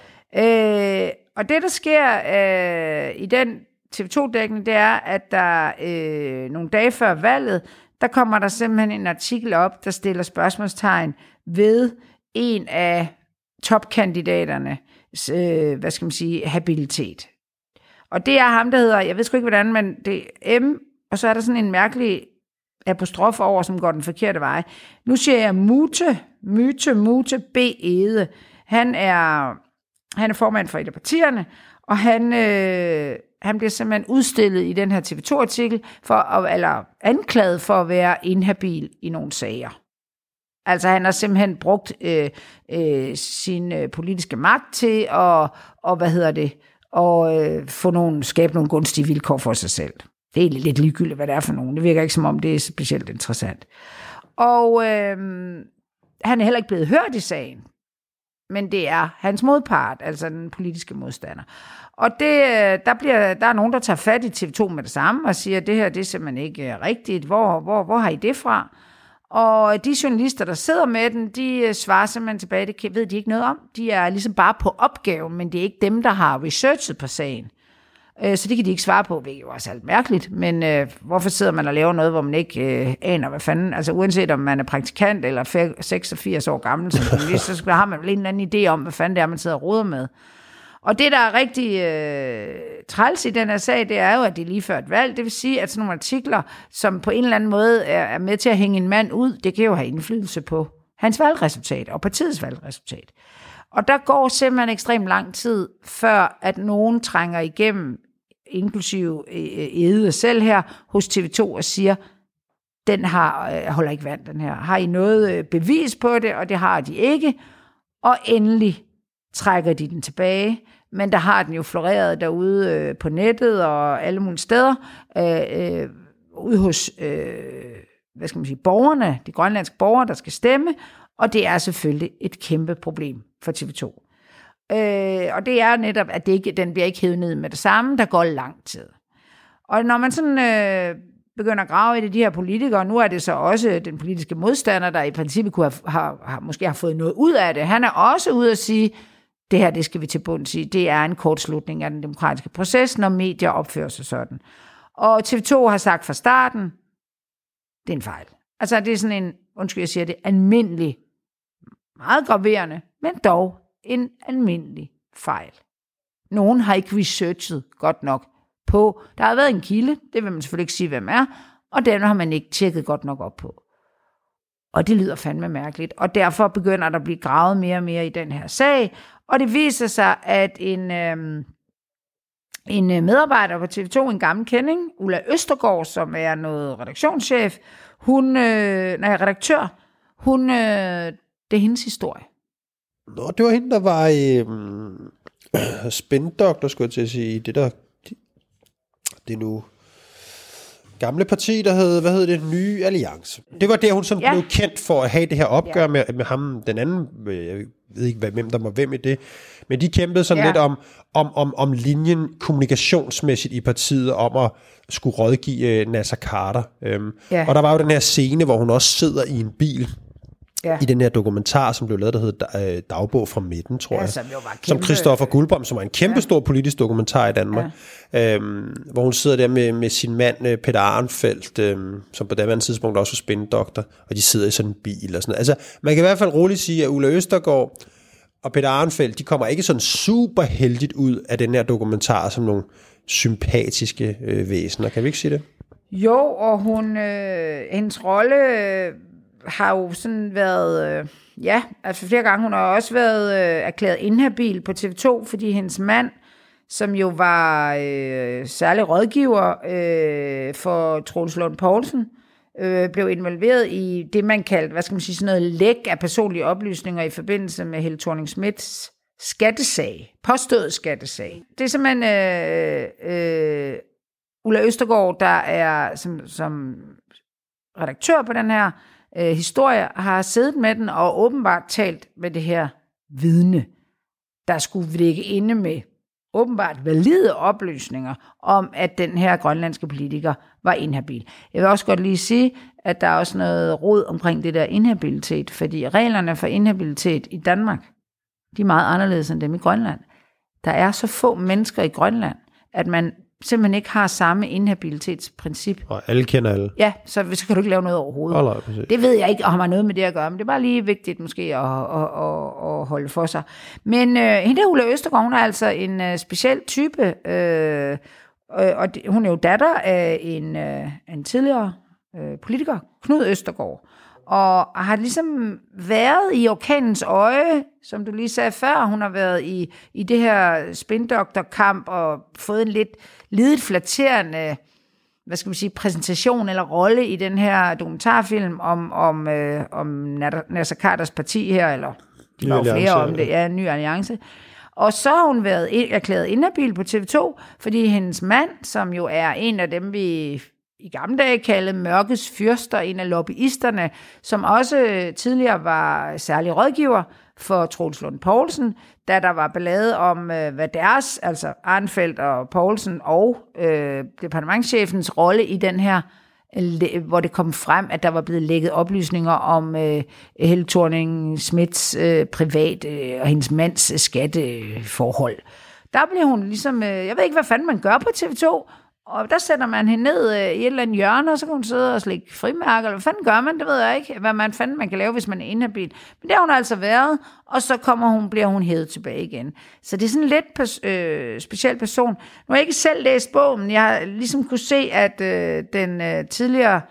Øh, og det, der sker øh, i den T V to-dækning, det er, at der øh, nogle dage før valget, der kommer der simpelthen en artikel op, der stiller spørgsmålstegn ved en af topkandidaterne, øh, hvad skal man sige, habilitet. Og det er ham, der hedder, jeg ved sgu ikke hvordan, men det er M, og så er der sådan en mærkelig apostrof over, som går den forkerte vej. Nu siger jeg Mute, Myte, Mute, B. Ede. Han er, han er formand for et af partierne, og han, øh, han bliver simpelthen udstillet i den her T V to-artikel, for at, eller anklaget for at være inhabil i nogle sager. Altså han har simpelthen brugt øh, øh, sin øh, politiske magt til at, og hvad hedder det, og øh, få nogle, skabe nogle gunstige vilkår for sig selv. Det er lidt ligegyldigt, hvad det er for nogen. Det virker ikke som om, det er specielt interessant. Og øh, han er heller ikke blevet hørt i sagen, men det er hans modpart, altså den politiske modstander. Og det, der, bliver, der er nogen, der tager fat i T V to med det samme, og siger, at det her det er simpelthen ikke rigtigt. Hvor, hvor, hvor har I det fra? Og de journalister, der sidder med den, de svarer simpelthen tilbage, det ved de ikke noget om. De er ligesom bare på opgaven, men det er ikke dem, der har researchet på sagen. Så det kan de ikke svare på, hvilket jo også er alt mærkeligt. Men øh, hvorfor sidder man og laver noget, hvor man ikke øh, aner, hvad fanden... Altså uanset om man er praktikant eller seksogfirs år gammel som journalist, så har man vel en eller anden idé om, hvad fanden det er, man sidder og roder med. Og det, der er rigtig øh, træls i den her sag, det er jo, at det er lige før et valg. Det vil sige, at sådan nogle artikler, som på en eller anden måde er, er med til at hænge en mand ud, det kan jo have indflydelse på hans valgresultat og partiets valgresultat. Og der går simpelthen ekstremt lang tid, før at nogen trænger igennem, inklusive Ede selv her, hos T V to og siger, den har, øh, holder ikke vand, den her. Har I noget bevis på det? Og det har de ikke. Og endelig trækker de den tilbage, men der har den jo floreret derude øh, på nettet og alle mulige steder, øh, øh, ude hos øh, hvad skal man sige, borgerne, de grønlandske borgere, der skal stemme, og det er selvfølgelig et kæmpe problem for T V to. Øh, og det er netop, at det ikke, den bliver ikke hævet ned med det samme, der går lang tid. Og når man sådan øh, begynder at grave i det, de her politikere, nu er det så også den politiske modstander, der i princippet kunne have, har, har, måske har fået noget ud af det. Han er også ude at sige, det her, det skal vi til bunds i. Det er en kortslutning af den demokratiske proces, når medier opfører sig sådan. Og T V to har sagt fra starten, det er en fejl. Altså, det er sådan en, undskyld, jeg siger det, almindelig, meget graverende, men dog en almindelig fejl. Nogen har ikke researchet godt nok på. Der har været en kilde, det vil man selvfølgelig ikke sige, hvem er, og den har man ikke tjekket godt nok op på. Og det lyder fandme mærkeligt, og derfor begynder der at blive gravet mere og mere i den her sag, og det viser sig, at en, øhm, en medarbejder på T V to, en gammel kending, Ulla Østergaard, som er noget redaktionschef, hun, øh, nej, redaktør, hun, øh, det er hendes historie. Nå, det var hende, der var øh, spindoktor, skulle jeg til at sige, det der, det er nu gamle parti, der hed, hvad hed det, Nye Alliance. Det var der, hun som ja. blev kendt for at have det her opgør ja. med, med ham, den anden, jeg ved ikke, hvem der var hvem i det, men de kæmpede sådan ja. lidt om, om, om, om linjen kommunikationsmæssigt i partiet, om at skulle rådgive uh, Naser Khader. Um, ja. Og der var jo den her scene, hvor hun også sidder i en bil, ja. i den her dokumentar, som blev lavet, der hedder Dagbog fra midten, tror ja, jeg. Som, jo var kæmpe... som Christoffer Guldbrøm, som var en kæmpe ja. stor politisk dokumentar i Danmark. Ja. Øhm, hvor hun sidder der med, med sin mand, Peter Arnfeldt, øhm, som på daværende tidspunkt også var spindoktor, og de sidder i sådan en bil og sådan noget. Altså, man kan i hvert fald roligt sige, at Ulla Østergaard og Peter Arnfeldt, de kommer ikke sådan super heldigt ud af den her dokumentar som nogle sympatiske øh, væsener. Kan vi ikke sige det? Jo, og hun, øh, hendes rolle... Øh, har jo sådan været, øh, ja, altså flere gange, hun har også været øh, erklæret inhabil på T V to, fordi hendes mand, som jo var øh, særlig rådgiver øh, for Troels Lund Poulsen, øh, blev involveret i det, man kaldte, hvad skal man sige, sådan noget læk af personlige oplysninger i forbindelse med Helle Thorning-Schmidts skattesag, påstået skattesag. Det er simpelthen øh, øh, Ulla Østergaard, der er som, som redaktør på den her øh, historie, har siddet med den og åbenbart talt med det her vidne, der skulle ligge inde med åbenbart valide oplysninger om, at den her grønlandske politiker var inhabil. Jeg vil også godt lige sige, at der er også noget rod omkring det der inhabilitet, fordi reglerne for inhabilitet i Danmark, de er meget anderledes end dem i Grønland. Der er så få mennesker i Grønland, at man simpelthen ikke har samme inhabilitetsprincip. Og alle kender alle. Ja, så, så kan du ikke lave noget overhovedet. Alright, det ved jeg ikke, og har man noget med det at gøre, men det er bare lige vigtigt måske at, at, at, at holde for sig. Men øh, hende der Ulla Østergaard, hun er altså en øh, speciel type, øh, og de, hun er jo datter af en, øh, en tidligere øh, politiker, Knud Østergaard, og har ligesom været i orkanens øje, som du lige sagde før. Hun har været i, i det her spindoktorkamp og fået en lidt lidet flatterende, hvad skal man sige, præsentation eller rolle i den her dokumentarfilm om, om, øh, om Naser Khaders parti her, eller de var jo flere om det, ja, Ny Alliance. Og så har hun været erklæret inhabil på T V to, fordi hendes mand, som jo er en af dem, vi i gamle dage kaldte mørkets fyrster, en af lobbyisterne, som også tidligere var særlig rådgiver for Troels Lund Poulsen, da der var ballade om, hvad deres, altså Arnfeldt og Poulsen og øh, departementschefens rolle i den her, hvor det kom frem, at der var blevet lækket oplysninger om øh, Helle Thorning-Schmidts øh, privat øh, og hendes mands skatteforhold. Der blev hun ligesom, øh, jeg ved ikke, hvad fanden man gør på T V to, og der sætter man hende ned øh, i et eller andet hjørne, og så kan hun sidde og slikke frimærker, eller hvad fanden gør man, det ved jeg ikke, hvad man fanden man kan lave, hvis man er inhabil. Men det har hun altså været, og så kommer hun, bliver hun hævet tilbage igen. Så det er sådan en lidt pers- øh, speciel person. Nu har jeg ikke selv læst bogen, men jeg har ligesom kunne se, at øh, den øh, tidligere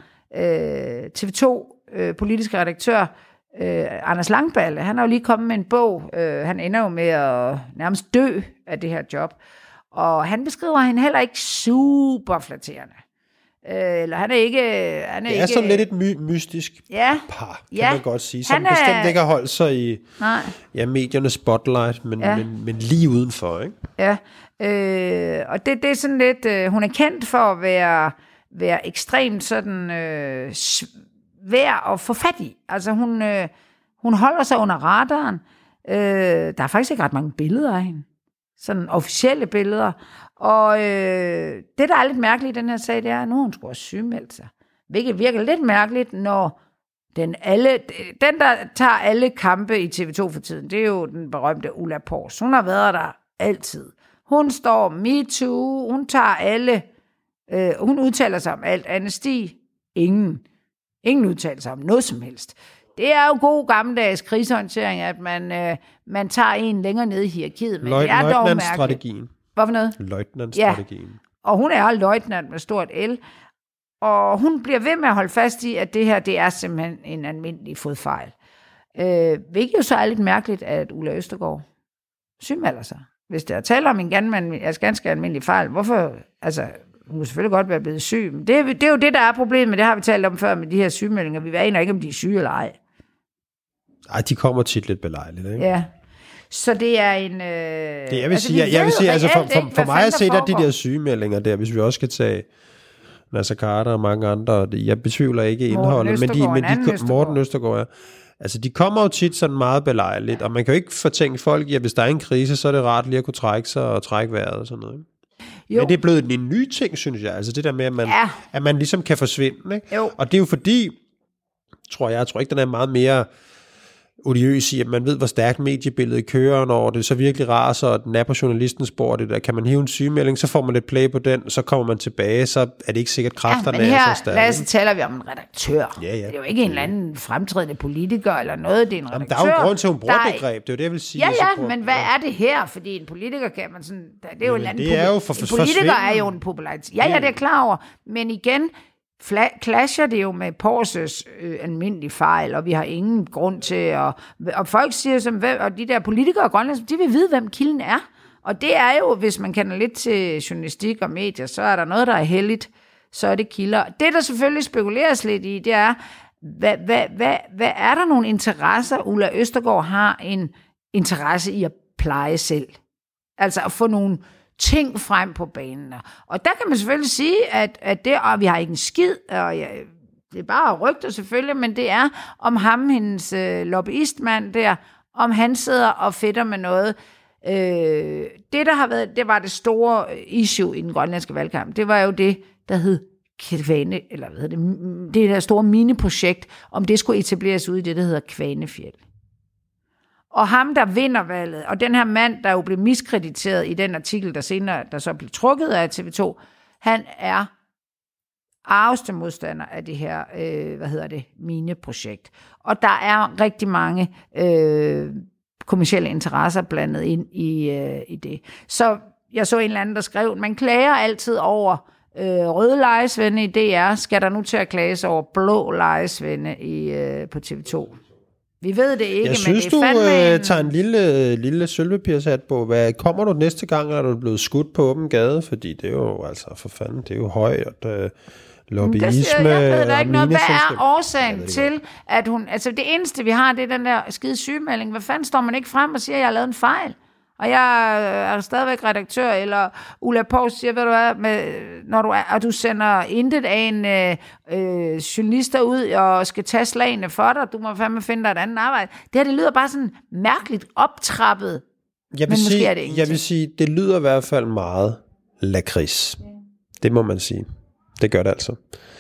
øh, T V to øh, politiske redaktør, øh, Anders Langballe, han har jo lige kommet med en bog, øh, han ender jo med at nærmest dø af det her job. Og han beskriver hende heller ikke super flatterende. Eller han er ikke... Han er det er ikke, sådan lidt et my- mystisk ja, par, kan ja, man godt sige. Som er, bestemt ikke har holdt sig i nej. Ja, mediernes spotlight, men, ja. men, men lige udenfor, ikke? Ja, øh, og det, det er sådan lidt... Øh, hun er kendt for at være, være ekstremt sådan øh, svær at få fat i. Altså hun, øh, hun holder sig under radaren. Øh, der er faktisk ikke ret mange billeder af hende. Sådan officielle billeder. Og øh, det, der er lidt mærkeligt i den her sag, det er, at nu hun skulle have sygemeldt sig. Hvilket virker lidt mærkeligt, når den, alle, den, der tager alle kampe i T V to for tiden, det er jo den berømte Ulla Pors. Hun har været der altid. Hun står MeToo, hun tager alle, øh, hun udtaler sig om alt. Anne Stig, ingen. Ingen udtaler sig om noget som helst. Det er jo god gammeldags krisehåndtering, at man, øh, man tager en længere ned i hierarkiet. Men Løg- det er dog mærkeligt. Strategien. Hvad for noget? Løjtnantstrategien. Ja. Og hun er løjtnant med stort L. Og hun bliver ved med at holde fast i, at det her, det er simpelthen en almindelig fodfejl. Øh, hvilket jo så er lidt mærkeligt, at Ulla Østergaard sygemelder sig. Hvis der taler om en ganske, altså ganske almindelig fejl, hvorfor, altså, hun kan selvfølgelig godt være blevet syg, men det, det er jo det, der er problemet, det har vi talt om før med de her sygemeldinger. Vi aner ikke, om de er syge eller ej. Ej, de kommer tit lidt belejligt, ikke? Ja. Så det er en... Øh, det jeg vil altså, sige, jeg, jeg vil sige altså for, for, for mig at se der de der sygemeldinger der, hvis vi også skal tage Naser Khader og mange andre, jeg betvivler ikke indholdet, men de, men de Morten Østergaard, ja. Altså, de kommer jo tit sådan meget belejligt, og man kan jo ikke fortænke folk i, at hvis der er en krise, så er det rart lige at kunne trække sig og trække vejret og sådan noget. Jo. Men det er blevet en ny ting, synes jeg. Altså det der med, at man, ja. at man ligesom kan forsvinde. Ikke? Jo. Og det er jo fordi, tror jeg, jeg tror ikke, den er meget mere odiøs i, at man ved, hvor stærkt mediebilledet kører, når det så virkelig raser, og den er på journalistens bord, det der. Kan man hive en sygemelding, så får man lidt play på den, så kommer man tilbage, så er det ikke sikkert, kræfterne ja, er så stærke. Lasse, taler vi om en redaktør. Ja, ja. Det er jo ikke en eller anden fremtrædende politiker eller noget, det er en redaktør. Jamen, der er jo grund til, at hun bruger begreb, det er jo det, jeg vil sige. Ja, ja, bruger, men hvad er det her? Fordi en politiker kan man sådan... Det er jo en anden det er jo for, en politiker er jo en popularitet. Ja, ja, det er klar over. Men igen... clasher det jo med Porses øh, almindelige fejl, og vi har ingen grund til at... Og folk siger, som, og de der politikere og grønlandske, de vil vide, hvem kilden er. Og det er jo, hvis man kender lidt til journalistik og medier, så er der noget, der er heldigt, så er det kilder. Det, der selvfølgelig spekuleres lidt i, det er, hvad, hvad, hvad, hvad er der nogle interesser, Ulla Østergaard har en interesse i at pleje selv? Altså at få nogle ting frem på banen. Og der kan man selvfølgelig sige, at, at det, og vi har ikke en skid, og ja, det er bare rygter selvfølgelig, men det er om ham, hendes øh, lobbyistmand der, om han sidder og fedter med noget. Øh, det, der har været, det var det store issue i den grønlandske valgkamp. Det var jo det, der hed Kvæne, eller hvad hedder det, det der store mineprojekt, om det skulle etableres ud i det, der hedder Kvanefjeld. Og ham, der vinder valget, og den her mand, der jo blev miskrediteret i den artikel, der senere, der så blev trukket af T V to, han er arveste modstander af det her, øh, hvad hedder det, mineprojekt. Og der er rigtig mange øh, kommercielle interesser blandet ind i, øh, i det. Så jeg så en eller anden, der skrev, man klager altid over øh, røde lejesvende i D R, skal der nu til at klages over blå lejesvende i, øh, på T V to? Vi ved det ikke, jeg men synes, det er fandme du øh, en... tager en lille, lille sølvpapirshat på. Hvad, kommer du næste gang, eller er du blevet skudt på åben gade? Fordi det er jo, altså, for fanden, det er jo højt. Øh, lobbyisme. Jeg ved da ikke noget. Hvad er årsagen til, at hun... Altså, det eneste, vi har, det er den der skide sygemelding. Hvad fanden står man ikke frem og siger, at jeg har lavet en fejl? Og jeg er stadigvæk redaktør, eller Ulla Pors siger, ved du hvad, med, når du er, og du sender intet af en øh, øh, journalister ud og skal tage slagene for dig, du må fandme finde dig et andet arbejde. Det her, det lyder bare sådan mærkeligt optrappet, jeg vil men sige, måske er det ingenting. Jeg vil sige, det lyder i hvert fald meget lakrids. Ja. Det må man sige. Det gør det altså.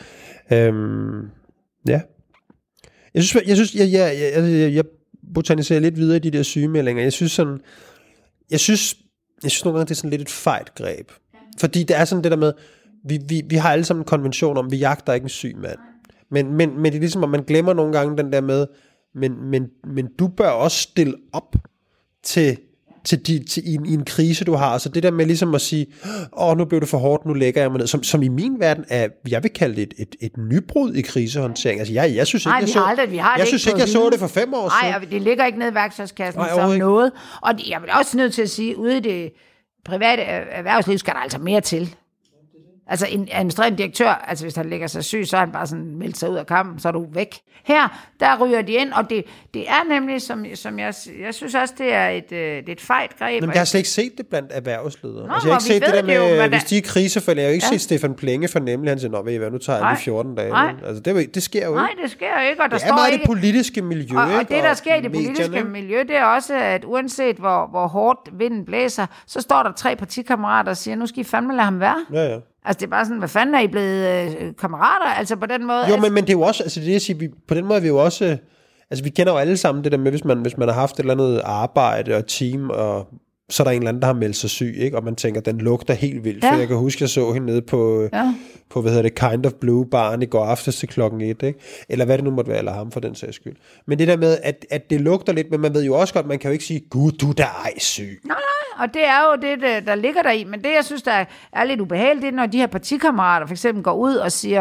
Øhm, ja. Jeg synes, jeg, synes jeg, jeg, jeg, jeg, jeg botaniserer lidt videre i de der sygemeldinger. Jeg synes sådan, jeg synes, jeg synes nogle gange, det er sådan lidt et fejt greb. Fordi det er sådan det der med, vi, vi, vi har alle sammen en konvention om, vi jagter ikke en syg mand. Men, men, men det er ligesom, at man glemmer nogle gange den der med, men, men, men du bør også stille op til, til, de, til i, en, i en krise, du har. Så det der med ligesom at sige, åh, nu blev det for hårdt, nu lægger jeg mig ned. Som, som i min verden er, jeg vil kalde det et, et, et nybrud i krisehåndtering. Altså, jeg, jeg synes ikke, Ej, jeg så, aldrig, vi har jeg synes ikke, jeg så det for fem år siden. Nej, det ligger ikke ned i værktøjskassen Ej, som ikke. noget. Og jeg vil også nødt til at sige, ude i det private erhvervsliv skal der altså mere til. Altså en administrerende direktør, altså hvis han lægger sig syg, så er han bare sådan meldt sig ud af kampen, så er du væk. Her, der ryger de ind, og det, det er nemlig, som, som jeg, jeg synes også, det er et, det er et fejt greb. Men jeg har slet ikke set det blandt erhvervsledere. Nå, altså, jeg har ikke set det der med, det jo, hvis de er krisefælde. Jeg har jo ikke ja. set Stefan Plenge for nemlig, han siger, nå, ved I hvad, nu tager jeg lige fjorten dage. Nej. Altså, det, det sker jo ikke. Nej, det sker jo ikke, og der det står er meget ikke... det politiske miljø, og, og ikke? det, der sker og i det politiske medierne. miljø, det er også, at uanset hvor, hvor hårdt vinden blæser, så står der tre partikammerater og siger, nu skal I fandme lade ham være. Ja, ja. Altså, det er bare sådan, hvad fanden er I blevet øh, kammerater? Altså, på den måde... Jo, altså... men, men det er jo også, altså det er at sige, vi, på den måde er vi jo også, altså vi kender jo alle sammen det der med, hvis man, hvis man har haft et eller andet arbejde og team, og så er der en eller anden, der har meldt sig syg, ikke? Og man tænker, den lugter helt vildt. Ja. For jeg kan huske, jeg så hende nede på, ja. på hvad hedder det, Kind of Blue baren i går aftes til klokken et, ikke? Eller hvad det nu måtte være, eller ham for den sags skyld. Men det der med, at, at det lugter lidt, men man ved jo også godt, man kan jo ikke sige, gud, du er da ej syg. Nej, nej, og det er jo det, der ligger der i. Men det, jeg synes, der er lidt ubehageligt, det er, når de her partikammerater for eksempel går ud og siger,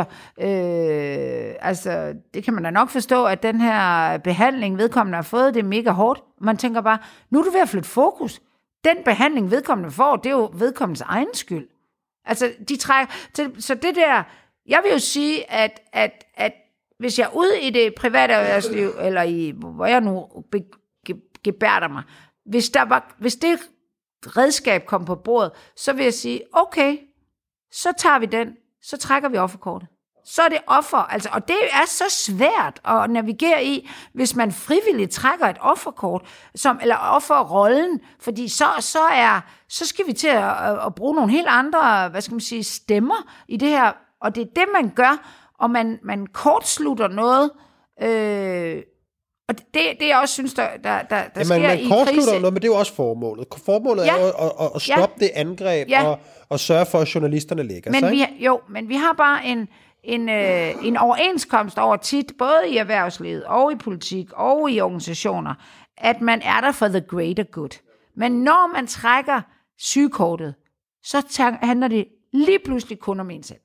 øh, altså, det kan man da nok forstå, at den her behandling, vedkommende har fået, det er mega hårdt. Man tænker bare, nu er du ved at flytte fokus. Den behandling, vedkommende får, det er jo vedkommendes egen skyld. Altså, de trækker... Så det der... Jeg vil jo sige, at, at, at hvis jeg er ude i det private erhvervsliv, eller i, hvor jeg nu be, ge, gebærder mig, hvis, der var, hvis det redskab kom på bordet, så vil jeg sige, okay, så tager vi den, så trækker vi offerkortet. Så er det offer, altså, og det er så svært at navigere i, hvis man frivilligt trækker et offerkort, som, eller offerrollen, fordi så, så, er, så skal vi til at, at bruge nogle helt andre, hvad skal man sige, stemmer i det her, og det er det, man gør, og man, man kortslutter noget, øh, og det, det jeg også synes, der, der, der, der ja, sker man, man i krise... noget, men det er jo også formålet. Formålet ja. er jo at, at, at stoppe ja. det angreb, ja. og, og sørge for, at journalisterne lægger men sig. Vi, jo, men vi har bare en... En, øh, en overenskomst over tit, både i erhvervslivet og i politik og i organisationer, at man er der for the greater good. Men når man trækker sygekortet, så tager, handler det lige pludselig kun om en selv.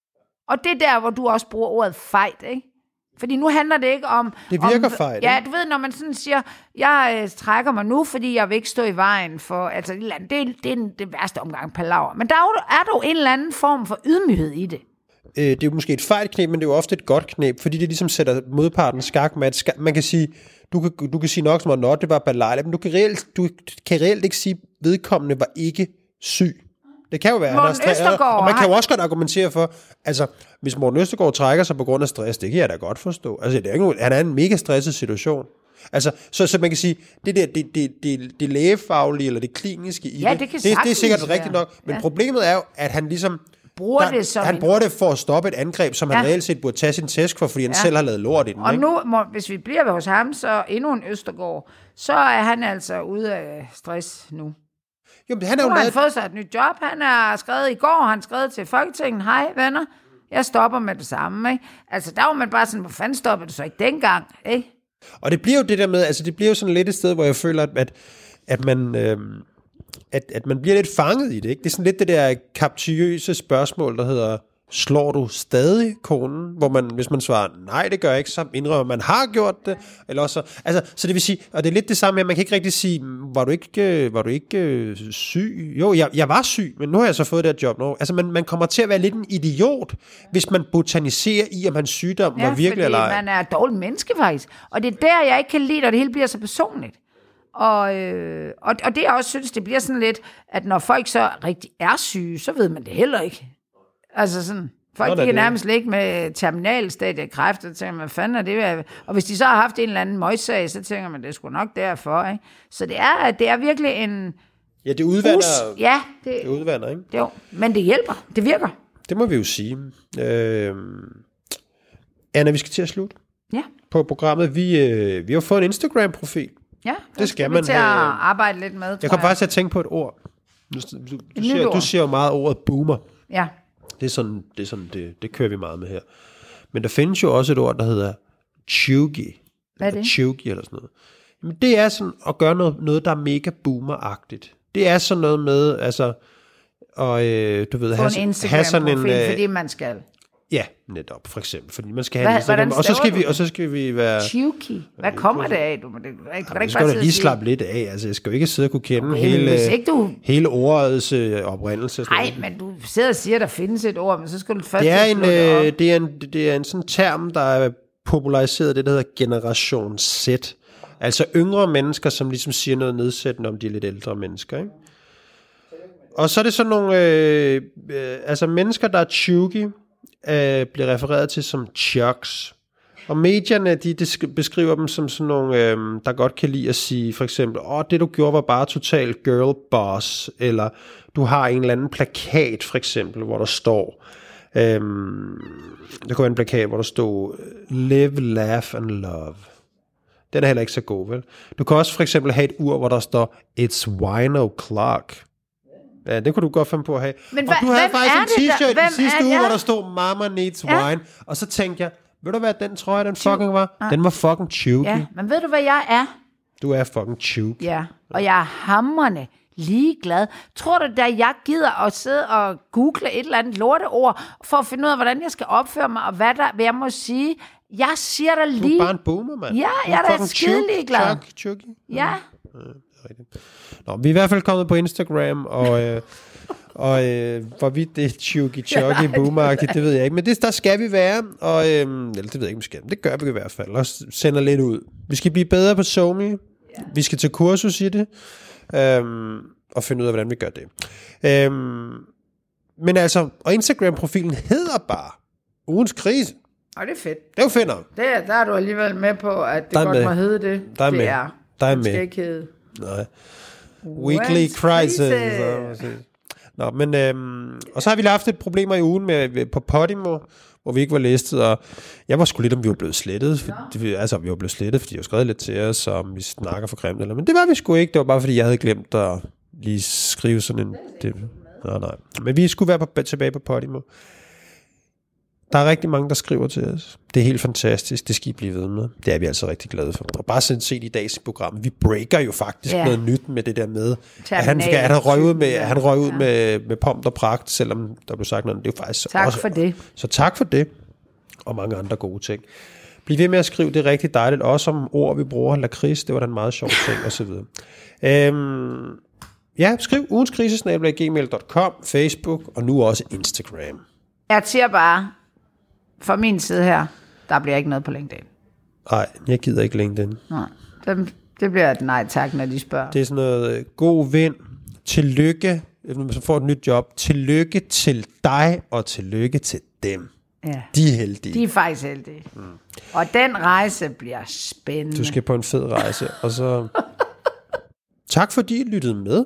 Og det er der, hvor du også bruger ordet fight, ikke? Fordi nu handler det ikke om... Det virker om, fight, ja, du ved, når man sådan siger, jeg øh, trækker mig nu, fordi jeg vil ikke stå i vejen for... Altså, det er, det er den værste omgang palaver. Men der er, jo, er dog en eller anden form for ydmyghed i det. Det er jo måske et fejlknep, men det er jo ofte et godt knep, fordi det ligesom sætter modparten skak med, at skak, man kan sige, du kan, du kan sige nok som at nå, det var balejligt, men du kan, reelt, du kan reelt ikke sige, at vedkommende var ikke syg. Det kan jo være, Morten han er stress, og man kan han... jo også godt argumentere for, altså, hvis Morten Østergaard trækker sig på grund af stress, det kan jeg da godt forstå. Altså, det er ikke, han er i en mega stresset situation. Altså, så, så man kan sige, det der, det, det, det, det lægefaglige, eller det kliniske i ja, det, det, det, det er sikkert rigtigt nok, men ja. problemet er jo, at han ligesom, bruger der, det som han en... bruger det for at stoppe et angreb, som ja. han reelt set burde tage sin tæsk for, fordi han ja. selv har lavet lort i den. Og ikke? nu, må, hvis vi bliver hos ham, så endnu en Østergaard, så er han altså ude af stress nu. Jo, men han er nu jo har lavet... han fået sig et nyt job. Han har skrevet i går, han har skrevet til Folketinget, hej venner, jeg stopper med det samme. Ikke? Altså der var man bare sådan, hvor fanden stopper du så ikke dengang? Ikke? Og det bliver jo det der med, altså det bliver jo sådan lidt et sted, hvor jeg føler, at, at man... Øhm, At, at man bliver lidt fanget i det, ikke? Det er sådan lidt det der kaptiøse spørgsmål, der hedder, slår du stadig konen? Hvor man, hvis man svarer, nej, det gør jeg ikke, så indrømmer, at man har gjort det. Eller også, altså, så det vil sige, og det er lidt det samme, at man kan ikke rigtig sige, var du ikke, var du ikke øh, syg? Jo, jeg, jeg var syg, men nu har jeg så fået det her job nu. Altså, man, man kommer til at være lidt en idiot, hvis man botaniserer i, om hans sygdom ja, var virkelig eller ej. Ja, man er et dårligt menneske faktisk. Og det er der, jeg ikke kan lide, og det hele bliver så personligt. Og, øh, og, og det jeg også synes, det bliver sådan lidt, at når folk så rigtig er syge, så ved man det heller ikke. Altså sådan, folk Nå, de kan nærmest ligge med terminalstadie kræft, og tænker man, hvad fanden er det? Og hvis de så har haft en eller anden møgssag, så tænker man, det er sgu nok derfor, ikke? Så det er, det er virkelig en... Ja, det udvander, us, ja, det, det udvander, ikke? Jo, men det hjælper, det virker. Det må vi jo sige. Øh, Anna, vi skal til at slutte ja. på programmet. Vi, øh, vi har fået en Instagram-profil. Ja, det skal man til at arbejde lidt med. Jeg kom faktisk til at tænke på et ord. Du, du, du, siger, ord. du siger jo meget ordet boomer. Ja. Det er sådan, det, er sådan det, det kører vi meget med her. Men der findes jo også et ord, der hedder chuggy. Hvad er det? Chuggy eller sådan noget. Jamen, det er sådan at gøre noget, noget der er mega boomer-agtigt. Det er sådan noget med, altså, og øh, du ved, have, have sådan en... Øh, fordi man skal. Ja, netop, for eksempel. Fordi man skal have Hvad, Instagram, og så skal vi og så skal vi være Chuki. Hvad kommer det af? Du må det, du kan Jamen, ikke skal bare du lige slappe lidt af. Altså, jeg skal jo ikke sidde og kunne kende okay, hele, du... hele ordets øh, oprindelse. Nej, men du sidder og siger, at der findes et ord, men så skal du først det er en, det, øh, det er en det er en sådan term, der er populariseret, det der hedder generation Z. Altså yngre mennesker, som ligesom siger noget nedsættende om de lidt ældre mennesker, ikke? Og så er det sådan nogle øh, øh, altså mennesker, der er chuggy, øh, bliver refereret til som chucks. Og medierne, de, de beskriver dem som sådan nogle, øh, der godt kan lide at sige, for eksempel, åh, det du gjorde var bare total girl boss, eller du har en eller anden plakat, for eksempel, hvor der står, øh, der kunne være en plakat, hvor der stod, live, laugh and love. Den er heller ikke så god, vel? Du kan også for eksempel have et ur, hvor der står, it's wine o'clock. Ja, det kunne du godt finde på at have. Men og hva, du havde faktisk en t-shirt i sidste er, uge, ja. hvor der stod Mama needs ja. wine. Og så tænkte jeg, ved du hvad den trøje, den fucking var? Ah. Den var fucking chuggy. Ja, men ved du hvad jeg er? Du er fucking chuggy. Ja, og jeg er hamrende ligeglad. Tror du, da jeg gider at sidde og google et eller andet lorteord, for at finde ud af, hvordan jeg skal opføre mig, og hvad, der, hvad jeg må sige? Jeg siger dig lige... Du er bare en boomer, mand. Ja, jeg er da skidelig glad. Chug, chuggy. Ja. ja Nå, vi er i hvert fald kommet på Instagram, og... Øh, og øh, hvorvidt det er chuggy, chuggy, boomeragtigt, det ved jeg ikke. Men det, der skal vi være, og øh, eller det ved jeg ikke, måske. Det gør vi i hvert fald, og sender lidt ud. Vi skal blive bedre på SoMe. Ja. Vi skal til kursus i det, øh, og finde ud af, hvordan vi gør det. Øh, men altså, og Instagram-profilen hedder bare Ugens Krise. Og det er fedt. Det er jo fedt nok. Det, der er du alligevel med på, at det godt med. må hedde det. Der er det med. er. Der er det skal med. ikke hedde. Nej. Weekly Crisis. Nå, men øhm, og så har vi haft et problemer i ugen med, på Podimo, hvor vi ikke var listet, og jeg var sgu lidt, om vi var blevet slettet. For, ja. Altså, vi var blevet slettet, fordi jeg var skrevet lidt til os, om vi snakker for grimt, eller, men det var vi sgu ikke. Det var bare, fordi jeg havde glemt at lige skrive sådan en... Det, nej, nej. Men vi skulle være på, tilbage på Podimo. Der er rigtig mange, der skriver til os. Det er helt fantastisk. Det skal I blive ved med. Det er vi altså rigtig glade for. Og bare sådan set i dags program. Vi breaker jo faktisk ja. noget nyt med det der med, at han, skal, at han røg ud med, ja. han røg ud ja. med, med pomp og pragt, selvom der blev sagt noget. Det er jo faktisk tak også, for det. Så tak for det. Og mange andre gode ting. Bliv ved med at skrive. Det er rigtig dejligt. Også om ord, vi bruger. Lakrids, det var da en meget sjov ting, og så videre. Øhm, ja, skriv ugenskrise snabel-a gmail punktum com, Facebook, og nu også Instagram. Jeg siger bare, fra min side her, der bliver ikke noget på LinkedIn. Nej, jeg gider ikke LinkedIn. Nej, det, det bliver et nej tak, når de spørger. Det er sådan noget god vind, tillykke, når man får et nyt job, tillykke til dig, og tillykke til dem. Ja. De er heldige. De er faktisk heldige. Mm. Og den rejse bliver spændende. Du skal på en fed rejse, og så... Tak fordi I lyttede med.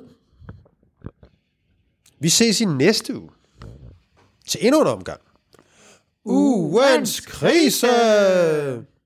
Vi ses i næste uge. Til endnu en omgang. Ugens Krise!